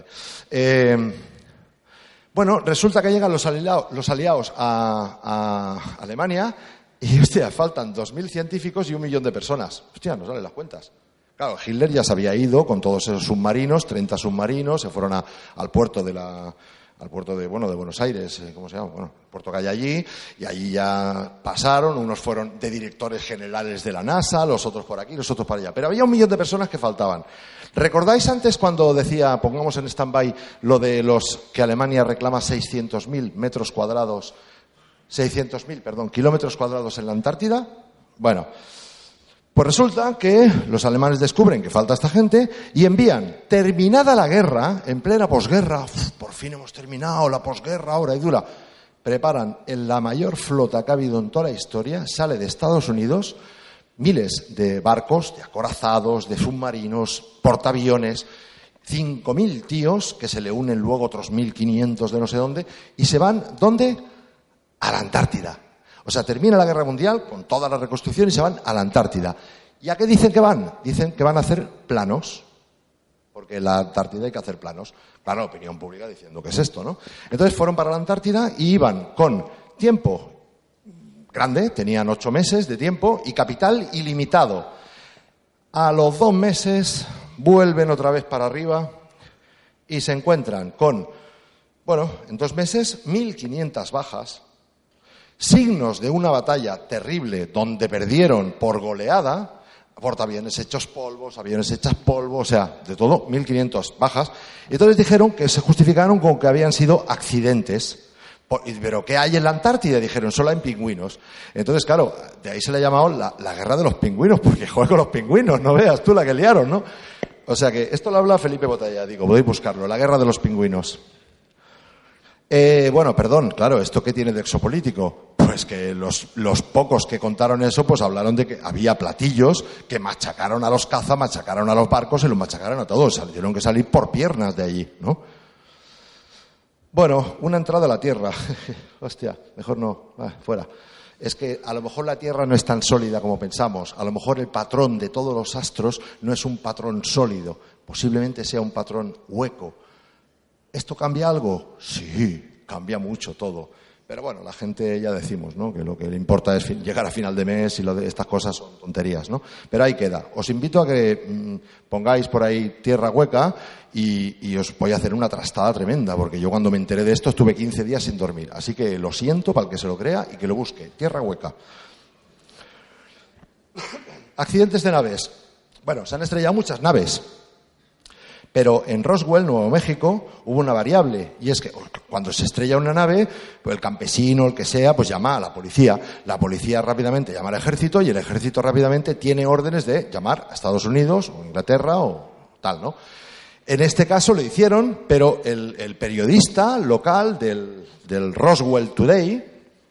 Bueno, resulta que llegan los aliados a Alemania y, hostia, faltan 2.000 científicos y 1 millón de personas. Hostia, no salen las cuentas. Claro, Hitler ya se había ido con todos esos submarinos, 30 submarinos, se fueron al puerto de Buenos Aires, ¿cómo se llama? Bueno, el puerto que hay allí, y allí ya pasaron, unos fueron de directores generales de la NASA, los otros por aquí, los otros para allá. Pero había 1 millón de personas que faltaban. ¿Recordáis antes cuando decía, pongamos en stand-by, lo de que Alemania reclama 600.000 kilómetros cuadrados en la Antártida? Bueno, pues resulta que los alemanes descubren que falta esta gente y envían, terminada la guerra, en plena posguerra, por fin hemos terminado la posguerra, ahora y dura, preparan la mayor flota que ha habido en toda la historia, sale de Estados Unidos, miles de barcos, de acorazados, de submarinos, portaaviones, 5.000 tíos, que se le unen luego otros 1.500 de no sé dónde, y se van, ¿dónde? A la Antártida. O sea, termina la Guerra Mundial con toda la reconstrucción y se van a la Antártida. ¿Y a qué dicen que van? Dicen que van a hacer planos, porque en la Antártida hay que hacer planos. Claro, la opinión pública diciendo que es esto, ¿no? Entonces fueron para la Antártida y iban con tiempo grande, tenían 8 meses de tiempo y capital ilimitado. A los 2 meses vuelven otra vez para arriba y se encuentran con, en 2 meses, 1.500 bajas, signos de una batalla terrible donde perdieron por goleada, portaaviones hechos polvos, aviones hechos polvo, o sea, de todo, 1.500 bajas. Y entonces dijeron que se justificaron con que habían sido accidentes. ¿Pero qué hay en la Antártida? Dijeron, solo hay pingüinos. Entonces, claro, de ahí se le ha llamado la guerra de los pingüinos, porque joder con los pingüinos, no veas tú la que liaron, ¿no? O sea que esto lo habla Felipe Botella, digo, podéis buscarlo, la guerra de los pingüinos. Bueno, perdón, claro, ¿esto qué tiene de exopolítico? Pues que los pocos que contaron eso, pues hablaron de que había platillos que machacaron a los cazas, machacaron a los barcos y los machacaron a todos. Tuvieron que salir por piernas de allí, ¿no? Bueno, una entrada a la Tierra. Hostia, mejor no, fuera. Es que a lo mejor la Tierra no es tan sólida como pensamos. A lo mejor el patrón de todos los astros no es un patrón sólido. Posiblemente sea un patrón hueco. ¿Esto cambia algo? Sí, cambia mucho todo. Pero bueno, la gente ya decimos, ¿no?, que lo que le importa es llegar a final de mes y lo de estas cosas son tonterías, ¿no? Pero ahí queda. Os invito a que pongáis por ahí tierra hueca y os voy a hacer una trastada tremenda, porque yo cuando me enteré de esto estuve 15 días sin dormir. Así que lo siento para el que se lo crea y que lo busque. Tierra hueca. Accidentes de naves. Bueno, se han estrellado muchas naves. Pero en Roswell, Nuevo México, hubo una variable, y es que cuando se estrella una nave, pues el campesino, el que sea, pues llama a la policía. La policía rápidamente llama al ejército y el ejército rápidamente tiene órdenes de llamar a Estados Unidos o Inglaterra o tal, ¿no? En este caso lo hicieron, pero el periodista local del Roswell Today,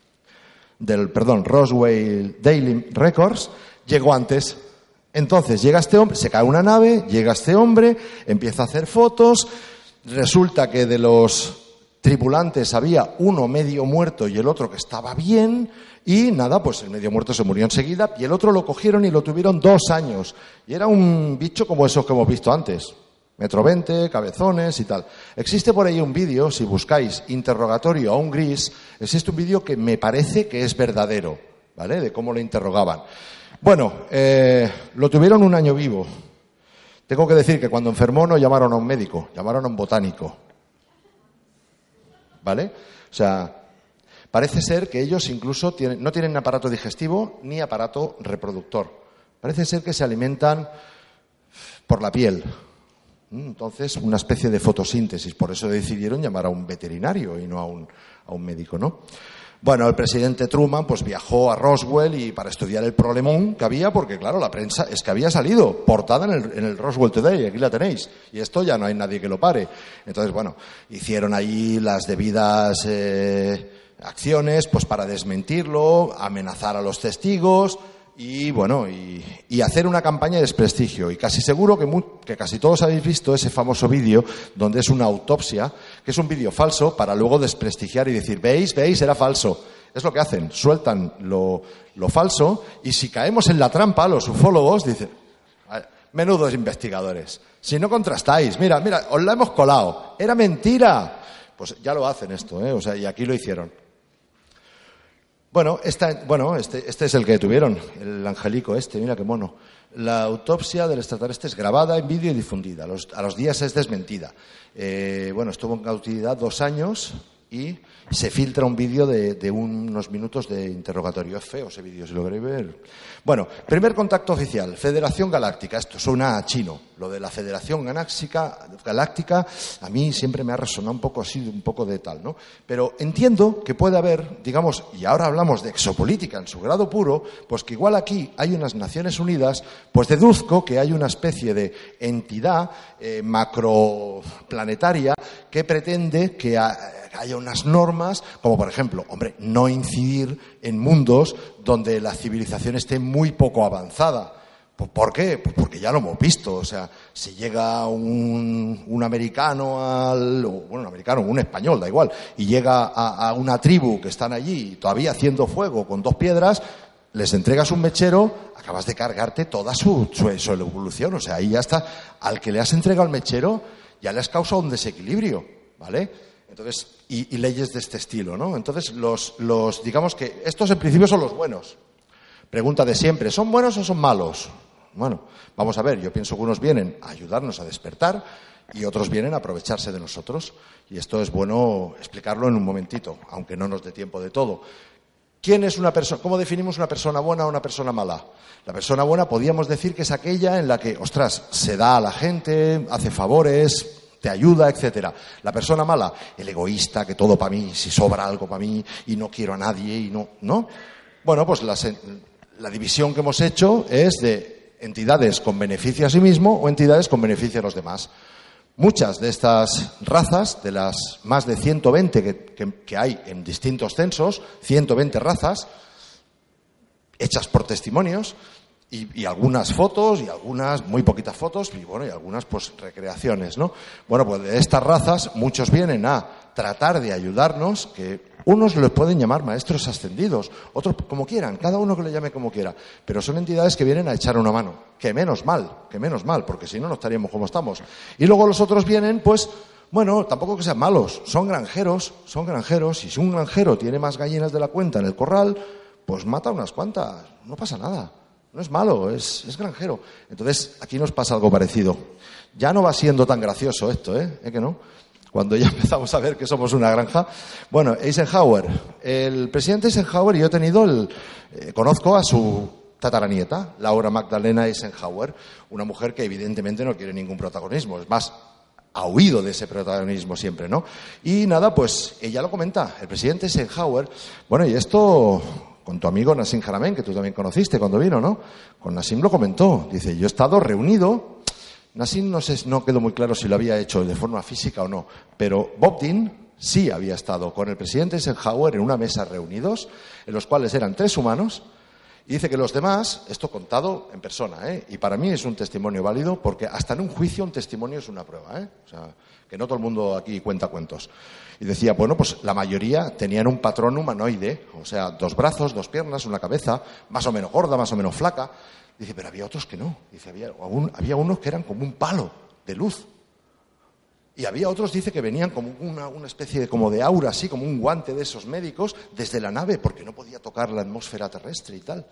Roswell Daily Records, llegó antes. Entonces llega este hombre, se cae una nave, llega este hombre, empieza a hacer fotos, resulta que de los tripulantes había uno medio muerto y el otro que estaba bien, y nada, pues el medio muerto se murió enseguida y el otro lo cogieron y lo tuvieron 2 años. Y era un bicho como esos que hemos visto antes, 1,20 m, cabezones y tal. Existe por ahí un vídeo, si buscáis interrogatorio a un gris, existe un vídeo que me parece que es verdadero, ¿vale?, de cómo lo interrogaban. Bueno, lo tuvieron 1 año vivo. Tengo que decir que cuando enfermó no llamaron a un médico, llamaron a un botánico. ¿Vale? O sea, parece ser que ellos incluso no tienen aparato digestivo ni aparato reproductor. Parece ser que se alimentan por la piel. Entonces, una especie de fotosíntesis. Por eso decidieron llamar a un veterinario y no a un médico, ¿no? Bueno, el presidente Truman pues viajó a Roswell y para estudiar el problemón que había, porque claro, la prensa es que había salido portada en el Roswell Today, aquí la tenéis, y esto ya no hay nadie que lo pare. Entonces, bueno, hicieron allí las debidas acciones pues para desmentirlo, amenazar a los testigos y bueno, y hacer una campaña de desprestigio. Y casi seguro que casi todos habéis visto ese famoso vídeo donde es una autopsia, que es un vídeo falso para luego desprestigiar y decir, ¿veis? Era falso. Es lo que hacen, sueltan lo falso y si caemos en la trampa, los ufólogos dicen, menudos investigadores, si no contrastáis, mira, os la hemos colado, era mentira. Pues ya lo hacen esto, o sea, y aquí lo hicieron. Bueno, este es el que tuvieron, el angelico mira qué mono. La autopsia del extraterrestre es grabada en vídeo y difundida. A los días es desmentida. Estuvo en cautividad 2 años y se filtra un vídeo de unos minutos de interrogatorio. Es feo ese vídeo, si lo queréis ver. Bueno, primer contacto oficial, Federación Galáctica. Esto suena a chino. Lo de la Federación Galáctica a mí siempre me ha resonado un poco así, un poco de tal, ¿no? Pero entiendo que puede haber, digamos, y ahora hablamos de exopolítica en su grado puro, pues que igual aquí hay unas Naciones Unidas, pues deduzco que hay una especie de entidad macroplanetaria que pretende que haya unas normas, como por ejemplo, no incidir en mundos donde la civilización esté muy poco avanzada. ¿Por qué? Pues porque ya lo hemos visto. O sea, si llega un americano un español, da igual, y llega a una tribu que están allí todavía haciendo fuego con 2 piedras, les entregas un mechero, acabas de cargarte toda su evolución. O sea, ahí ya está. Al que le has entregado el mechero, ya le has causado un desequilibrio, ¿vale? Entonces, y leyes de este estilo, ¿no? Entonces, digamos que estos en principio son los buenos. Pregunta de siempre, ¿son buenos o son malos? Bueno, vamos a ver, yo pienso que unos vienen a ayudarnos a despertar y otros vienen a aprovecharse de nosotros. Y esto es bueno explicarlo en un momentito, aunque no nos dé tiempo de todo. ¿Quién es una persona? ¿Cómo definimos una persona buena o una persona mala? La persona buena podríamos decir que es aquella en la que, ostras, se da a la gente, hace favores, te ayuda, etcétera. La persona mala, el egoísta, que todo para mí, si sobra algo para mí y no quiero a nadie y ¿no? Bueno, pues la división que hemos hecho es de entidades con beneficio a sí mismo o entidades con beneficio a los demás. Muchas de estas razas, de las más de 120 que hay en distintos censos, 120 razas, hechas por testimonios, y algunas fotos, y algunas, muy poquitas fotos, y bueno, y algunas pues recreaciones, ¿no? Bueno, pues de estas razas muchos vienen a tratar de ayudarnos, que unos les pueden llamar maestros ascendidos, otros como quieran, cada uno que le llame como quiera, pero son entidades que vienen a echar una mano, que menos mal, porque si no, no estaríamos como estamos. Y luego los otros vienen, pues, bueno, tampoco que sean malos, son granjeros, y si un granjero tiene más gallinas de la cuenta en el corral, pues mata unas cuantas, no pasa nada. No es malo, es granjero. Entonces, aquí nos pasa algo parecido. Ya no va siendo tan gracioso esto, ¿eh? ¿Que no? Cuando ya empezamos a ver que somos una granja. Bueno, Eisenhower. El presidente Eisenhower, yo he tenido conozco a su tataranieta, Laura Magdalena Eisenhower, una mujer que evidentemente no quiere ningún protagonismo. Es más, ha huido de ese protagonismo siempre, ¿no? Y nada, pues ella lo comenta. El presidente Eisenhower, bueno, y esto con tu amigo Nassim Haramein, que tú también conociste cuando vino, ¿no? Con Nassim lo comentó. Dice, yo he estado reunido. Nassim no quedó muy claro si lo había hecho de forma física o no, pero Bob Dean sí había estado con el presidente Eisenhower en una mesa reunidos, en los cuales eran 3 humanos, y dice que los demás, esto contado en persona, y para mí es un testimonio válido, porque hasta en un juicio un testimonio es una prueba, o sea, que no todo el mundo aquí cuenta cuentos. Y decía, bueno, pues la mayoría tenían un patrón humanoide, o sea, 2 brazos, 2 piernas, una cabeza, más o menos gorda, más o menos flaca. Dice, pero había otros que no. Dice, había unos que eran como un palo de luz. Y había otros, dice, que venían como una especie de aura, así, como un guante de esos médicos, desde la nave, porque no podía tocar la atmósfera terrestre y tal.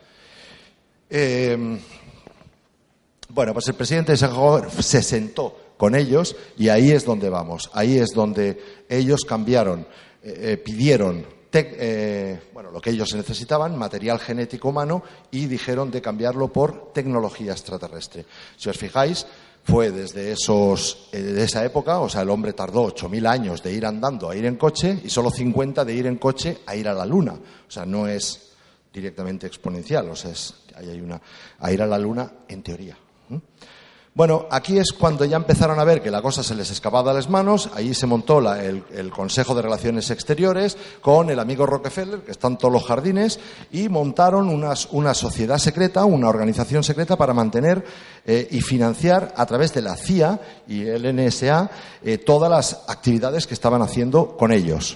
Bueno, pues el presidente Eisenhower se sentó con ellos y ahí es donde vamos. Ahí es donde ellos cambiaron, pidieron lo que ellos necesitaban, material genético humano, y dijeron de cambiarlo por tecnología extraterrestre. Si os fijáis, fue desde esa época, o sea, el hombre tardó 8.000 años de ir andando a ir en coche y solo 50 de ir en coche a ir a la Luna. O sea, no es directamente exponencial, o sea, a ir a la Luna en teoría. Bueno, aquí es cuando ya empezaron a ver que la cosa se les escapaba de las manos. Ahí se montó el Consejo de Relaciones Exteriores con el amigo Rockefeller, que están todos los jardines, y montaron una sociedad secreta, una organización secreta para mantener y financiar a través de la CIA y el NSA todas las actividades que estaban haciendo con ellos.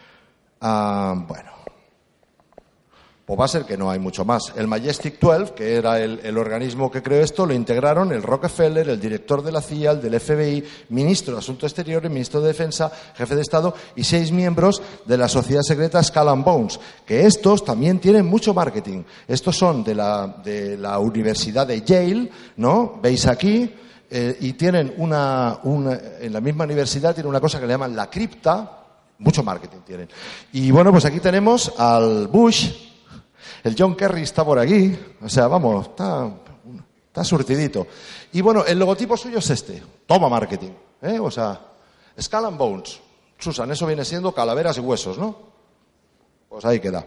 Pues va a ser que no hay mucho más. El Majestic 12, que era el organismo que creó esto, lo integraron el Rockefeller, el director de la CIA, el del FBI, ministro de Asuntos Exteriores, ministro de Defensa, jefe de Estado y 6 miembros de la sociedad secreta Skull and Bones, que estos también tienen mucho marketing. Estos son de la Universidad de Yale, ¿no? Veis aquí, y tienen en la misma universidad tienen una cosa que le llaman la cripta, mucho marketing tienen. Y bueno, pues aquí tenemos al Bush. El John Kerry está por aquí, o sea, vamos, está surtidito. Y bueno, el logotipo suyo es este, toma marketing, o sea, Skull and Bones. Susan, eso viene siendo calaveras y huesos, ¿no? Pues ahí queda.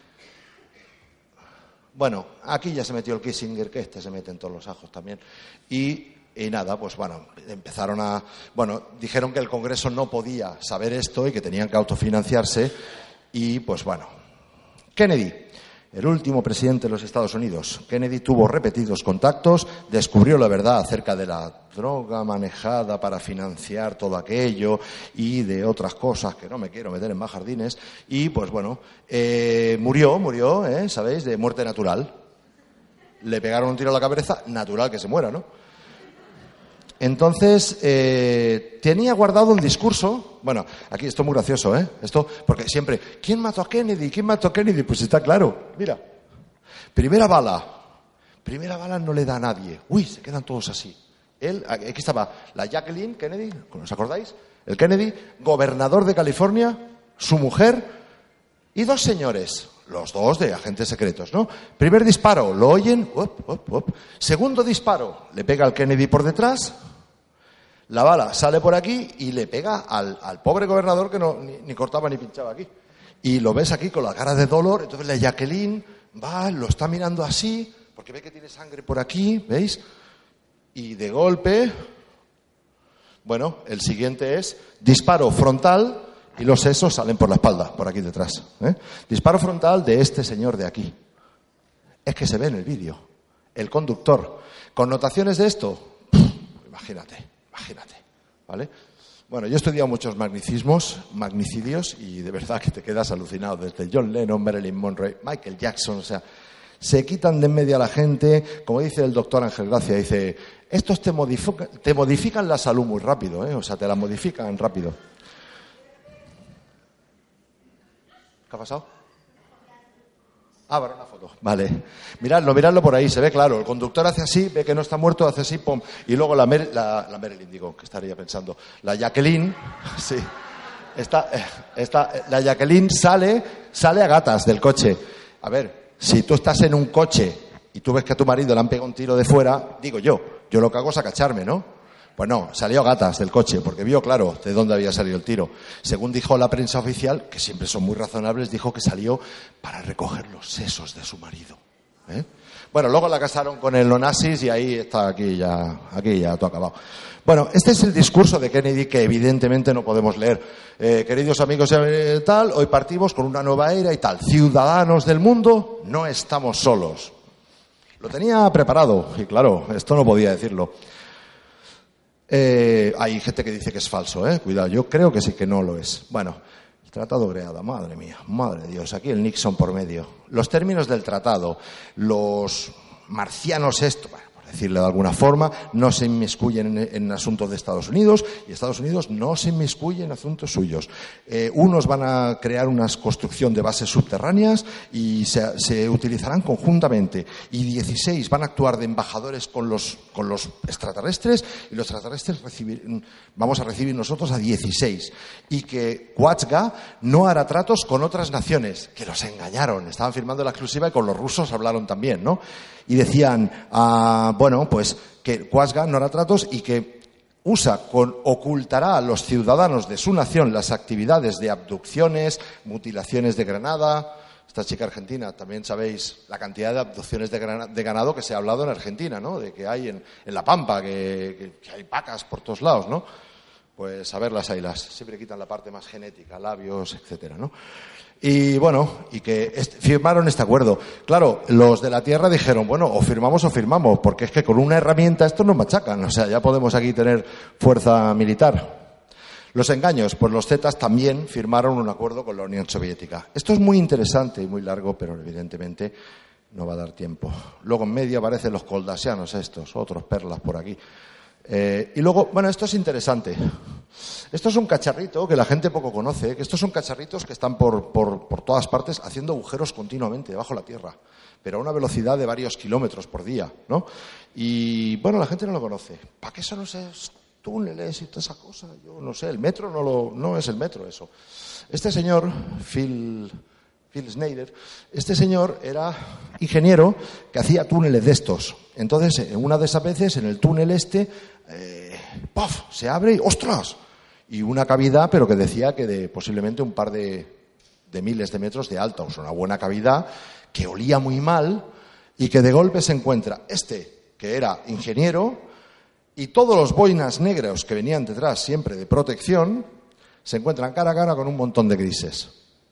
Bueno, aquí ya se metió el Kissinger, que se mete en todos los ajos también. Y nada, pues bueno, dijeron que el Congreso no podía saber esto y que tenían que autofinanciarse. Y pues bueno, Kennedy. El último presidente de los Estados Unidos. Kennedy tuvo repetidos contactos, descubrió la verdad acerca de la droga manejada para financiar todo aquello y de otras cosas que no me quiero meter en más jardines. Y pues bueno, murió, ¿sabéis? De muerte natural. Le pegaron un tiro a la cabeza, natural que se muera, ¿no? Entonces, tenía guardado un discurso. Bueno, aquí esto es muy gracioso, esto, porque siempre, ¿quién mató a Kennedy? ¿Quién mató a Kennedy? Pues está claro, mira. Primera bala no le da a nadie. Uy, se quedan todos así. Aquí estaba la Jacqueline Kennedy, ¿os acordáis? El Kennedy, gobernador de California, su mujer y 2 señores. los dos de agentes secretos, ¿no? Primer disparo, lo oyen, Segundo disparo, le pega al Kennedy por detrás, la bala sale por aquí y le pega al pobre gobernador que ni cortaba ni pinchaba aquí. Y lo ves aquí con la cara de dolor, entonces la Jacqueline va, lo está mirando así, porque ve que tiene sangre por aquí, ¿veis? Y de golpe, bueno, el siguiente es disparo frontal y los sesos salen por la espalda, por aquí detrás. Disparo frontal de este señor de aquí. Es que se ve en el vídeo. El conductor. ¿Connotaciones de esto? Imagínate, ¿vale? Bueno, yo he estudiado muchos magnicidios, y de verdad que te quedas alucinado. Desde John Lennon, Marilyn Monroe, Michael Jackson, o sea, se quitan de en medio a la gente. Como dice el doctor Ángel Gracia, dice, estos te modifican la salud muy rápido, o sea, te la modifican rápido. ¿Qué ha pasado? Para una foto. Vale. Miradlo por ahí, se ve claro. El conductor hace así, ve que no está muerto, hace así, pum. Y luego la Marilyn, digo, que estaría pensando. La Jacqueline, sí. La Jacqueline sale a gatas del coche. A ver, si tú estás en un coche y tú ves que a tu marido le han pegado un tiro de fuera, digo yo lo que hago es agacharme, ¿no? Pues no, salió a gatas del coche, porque vio claro de dónde había salido el tiro. Según dijo la prensa oficial, que siempre son muy razonables, dijo que salió para recoger los sesos de su marido. Bueno, luego la casaron con el Onassis y ahí está, aquí ya todo acabado. Bueno, este es el discurso de Kennedy que evidentemente no podemos leer. Queridos amigos, tal, hoy partimos con una nueva era y tal. Ciudadanos del mundo, no estamos solos. Lo tenía preparado y claro, esto no podía decirlo. Hay gente que dice que es falso, cuidado, yo creo que sí, que no lo es. Bueno, el tratado Greada, madre mía, madre de Dios, aquí el Nixon por medio. Los términos del tratado, los marcianos por decirlo de alguna forma, no se inmiscuyen en asuntos de Estados Unidos y Estados Unidos no se inmiscuye en asuntos suyos. Unos van a crear una construcción de bases subterráneas y se utilizarán conjuntamente, y 16 van a actuar de embajadores con los extraterrestres, y los extraterrestres vamos a recibir nosotros a 16, y que Quatshga no hará tratos con otras naciones, que los engañaron, estaban firmando la exclusiva y con los rusos hablaron también, ¿no? Y decían, pues que Quatshga no hará tratos y que USA ocultará a los ciudadanos de su nación las actividades de abducciones, mutilaciones de Granada. Esta chica argentina, también sabéis la cantidad de abducciones de ganado que se ha hablado en Argentina, ¿no? De que hay en La Pampa, que hay vacas por todos lados, ¿no? Pues a ver las haylas. Siempre quitan la parte más genética, labios, etcétera, ¿no? Y bueno, y que firmaron este acuerdo. Claro, los de la Tierra dijeron, bueno, o firmamos, porque es que con una herramienta estos nos machacan. O sea, ya podemos aquí tener fuerza militar. Los engaños, pues los zetas también firmaron un acuerdo con la Unión Soviética. Esto es muy interesante y muy largo, pero evidentemente no va a dar tiempo. Luego en medio aparecen los koldasianos estos, otros perlas por aquí. Y luego, bueno, esto es interesante. Esto es un cacharrito que la gente poco conoce, que estos son cacharritos que están por todas partes haciendo agujeros continuamente debajo de la tierra, pero a una velocidad de varios kilómetros por día, ¿no? Y bueno, la gente no lo conoce. ¿Para qué son esos túneles y toda esa cosa? Yo no sé, el metro no es el metro eso. Este señor, Phil Schneider, este señor era ingeniero que hacía túneles de estos. Entonces, una de esas veces, en el túnel ¡paf!, se abre y ¡ostras! Y una cavidad, pero que decía que de posiblemente un par de miles de metros de alta. O sea, una buena cavidad que olía muy mal y que de golpe se encuentra que era ingeniero, y todos los boinas negros que venían detrás siempre de protección se encuentran cara a cara con un montón de grises.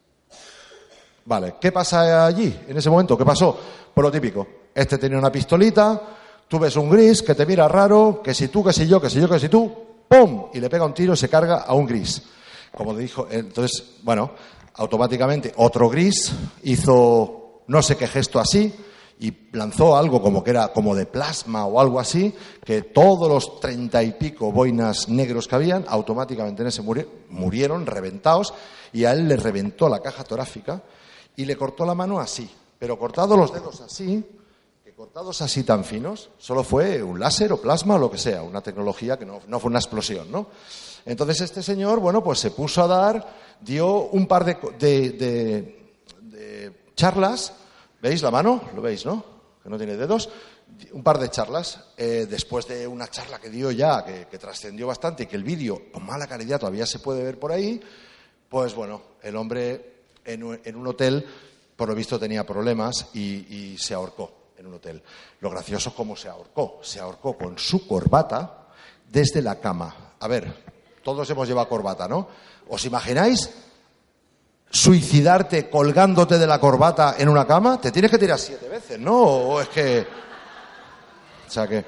Vale, ¿qué pasa allí en ese momento? ¿Qué pasó? Pues lo típico. Tenía una pistolita, tú ves un gris que te mira raro, que si tú, que si yo, que si yo, que si tú, ¡pum! Y le pega un tiro y se carga a un gris. Como dijo, entonces, bueno, automáticamente otro gris hizo no sé qué gesto así y lanzó algo como que era como de plasma o algo así, que todos los 30 y pico boinas negros que habían automáticamente en ese murieron reventados, y a él le reventó la caja torácica y le cortó la mano así, pero cortados los dedos así, que cortados así tan finos, solo fue un láser o plasma o lo que sea, una tecnología que no fue una explosión, ¿no? Entonces este señor, bueno, pues se puso a dio un par de charlas, ¿veis la mano? ¿Lo veis, no? Que no tiene dedos. Un par de charlas. Después de una charla que dio ya, que trascendió bastante y que el vídeo, con mala calidad, todavía se puede ver por ahí, pues bueno, el hombre en un hotel, por lo visto tenía problemas y se ahorcó en un hotel. Lo gracioso es cómo se ahorcó con su corbata desde la cama. A ver, todos hemos llevado corbata, ¿no? ¿Os imagináis suicidarte colgándote de la corbata en una cama? Te tienes que tirar 7 veces, ¿no? O es que... O sea que...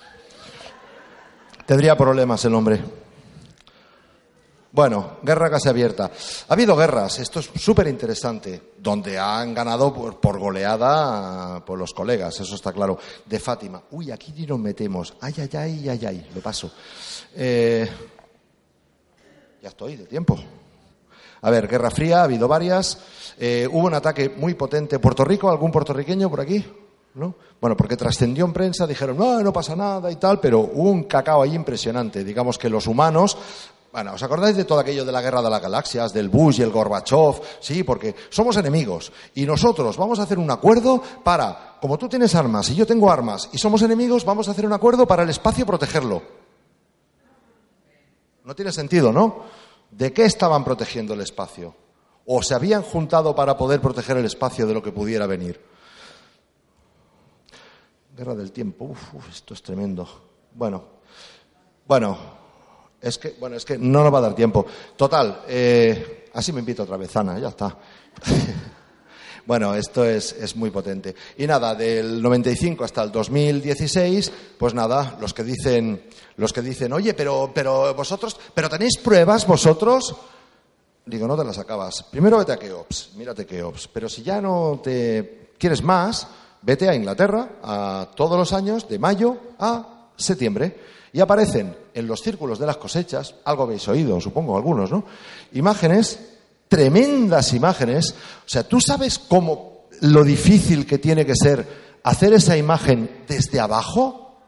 Tendría problemas el hombre. Bueno, guerra casi abierta. Ha habido guerras, esto es súper interesante, donde han ganado por goleada por los colegas, eso está claro. De Fátima. Uy, aquí ni nos metemos. Ay, lo paso. Ya estoy de tiempo. A ver, Guerra Fría, ha habido varias. Hubo un ataque muy potente. ¿Puerto Rico? ¿Algún puertorriqueño por aquí? ¿No? Bueno, porque trascendió en prensa, dijeron, no pasa nada y tal, pero hubo un cacao ahí impresionante. Digamos que los humanos... Bueno, ¿os acordáis de todo aquello de la guerra de las galaxias, del Bush y el Gorbachev? Sí, porque somos enemigos y nosotros vamos a hacer un acuerdo para, como tú tienes armas y yo tengo armas y somos enemigos, vamos a hacer un acuerdo para el espacio protegerlo. No tiene sentido, ¿no? ¿De qué estaban protegiendo el espacio? ¿O se habían juntado para poder proteger el espacio de lo que pudiera venir? Guerra del tiempo. Esto es tremendo. Bueno. Es que no nos va a dar tiempo. Total, así me invito otra vez, Ana, ya está. Bueno, esto es muy potente. Y nada, del 95 hasta el 2016, pues nada, los que dicen, oye, pero vosotros, ¿pero tenéis pruebas vosotros? Digo, no te las acabas. Primero vete a Keops, mírate Keops. Pero si ya no te quieres más, vete a Inglaterra todos los años, de mayo a septiembre. Y aparecen en los círculos de las cosechas, algo habéis oído, supongo, algunos, ¿no? Imágenes, tremendas imágenes. O sea, ¿tú sabes cómo lo difícil que tiene que ser hacer esa imagen desde abajo?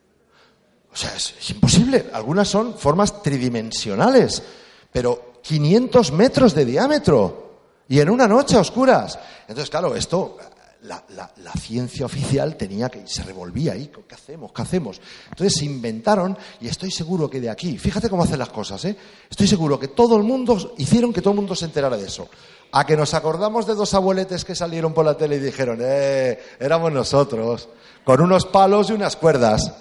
O sea, es imposible. Algunas son formas tridimensionales, pero 500 metros de diámetro y en una noche a oscuras. Entonces, claro, esto... La ciencia oficial se revolvía ahí. ¿Qué hacemos? Entonces se inventaron, y estoy seguro que de aquí, fíjate cómo hacen las cosas, estoy seguro que hicieron que todo el mundo se enterara de eso. A que nos acordamos de 2 abueletes que salieron por la tele y dijeron, éramos nosotros, con unos palos y unas cuerdas,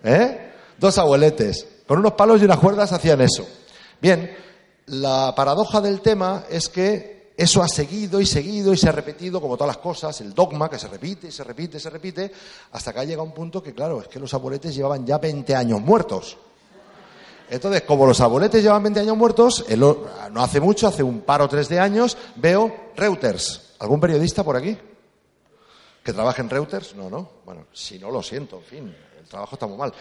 2 abueletes, con unos palos y unas cuerdas hacían eso. Bien, la paradoja del tema es que eso ha seguido y se ha repetido, como todas las cosas, el dogma que se repite, hasta que ha llegado un punto que, claro, es que los abueletes llevaban ya 20 años muertos. Entonces, como los abueletes llevan 20 años muertos, no hace mucho, hace un par o 3 de años, veo Reuters. ¿Algún periodista por aquí que trabaje en Reuters? No. Bueno, si no, lo siento, en fin, el trabajo está muy mal.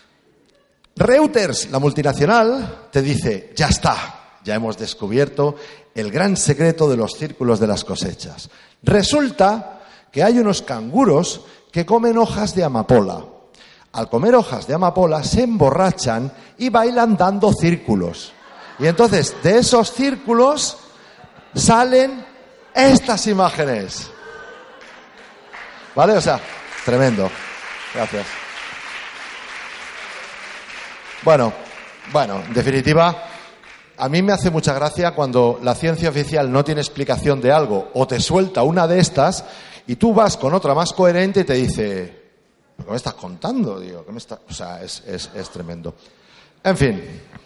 Reuters, la multinacional, te dice, ya está. Ya hemos descubierto el gran secreto de los círculos de las cosechas. Resulta que hay unos canguros que comen hojas de amapola. Al comer hojas de amapola se emborrachan y bailan dando círculos. Y entonces de esos círculos salen estas imágenes. ¿Vale? O sea, tremendo. Gracias. Bueno, en definitiva... A mí me hace mucha gracia cuando la ciencia oficial no tiene explicación de algo o te suelta una de estas y tú vas con otra más coherente y te dice, ¿qué me estás contando? Digo, O sea, es tremendo. En fin.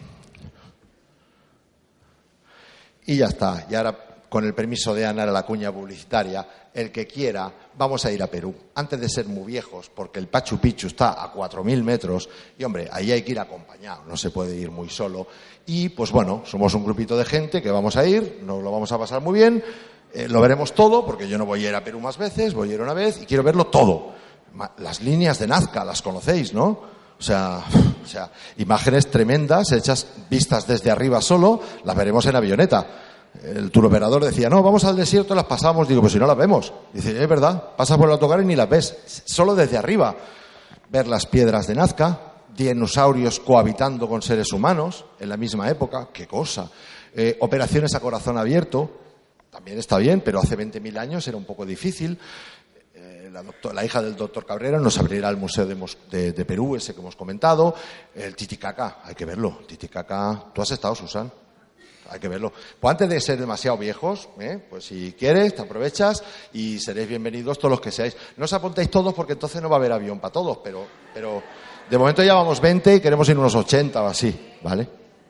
Y ya está. Y ahora, con el permiso de Ana, la cuña publicitaria, el que quiera, vamos a ir a Perú. Antes de ser muy viejos, porque el Machu Picchu está a 4.000 metros y, hombre, ahí hay que ir acompañado, no se puede ir muy solo. Y, pues bueno, somos un grupito de gente que vamos a ir, nos lo vamos a pasar muy bien, lo veremos todo, porque yo no voy a ir a Perú más veces, voy a ir una vez y quiero verlo todo. Las líneas de Nazca, las conocéis, ¿no? O sea, imágenes tremendas, hechas, vistas desde arriba solo, las veremos en avioneta. El turoperador decía, no, vamos al desierto y las pasamos. Digo, pues si no las vemos. Dice, es verdad, pasas por el autocar y ni las ves, solo desde arriba. Ver las piedras de Nazca, dinosaurios cohabitando con seres humanos en la misma época, qué cosa. Operaciones a corazón abierto, también está bien, pero hace 20.000 años era un poco difícil. La hija del doctor Cabrera nos abrirá el Museo de Perú, ese que hemos comentado. El Titicaca, hay que verlo. Titicaca, ¿tú has estado, Susan? Hay que verlo. Pues antes de ser demasiado viejos, pues si quieres, te aprovechas y seréis bienvenidos todos los que seáis. No os apuntéis todos porque entonces no va a haber avión para todos, pero de momento ya vamos 20 y queremos ir unos 80 o así, ¿vale?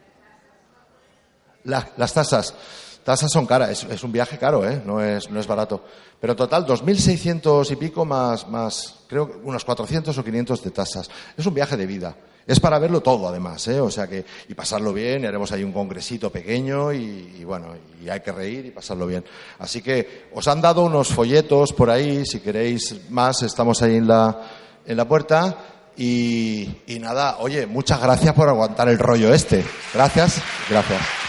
Las tasas son caras, es un viaje caro, no es barato. Pero en total, 2.600 y pico más, creo que unos 400 o 500 de tasas. Es un viaje de vida. Es para verlo todo, además, o sea que, y pasarlo bien, y haremos ahí un congresito pequeño y bueno, y hay que reír y pasarlo bien. Así que os han dado unos folletos por ahí, si queréis más, estamos ahí en la puerta. Y nada, oye, muchas gracias por aguantar el rollo este. Gracias.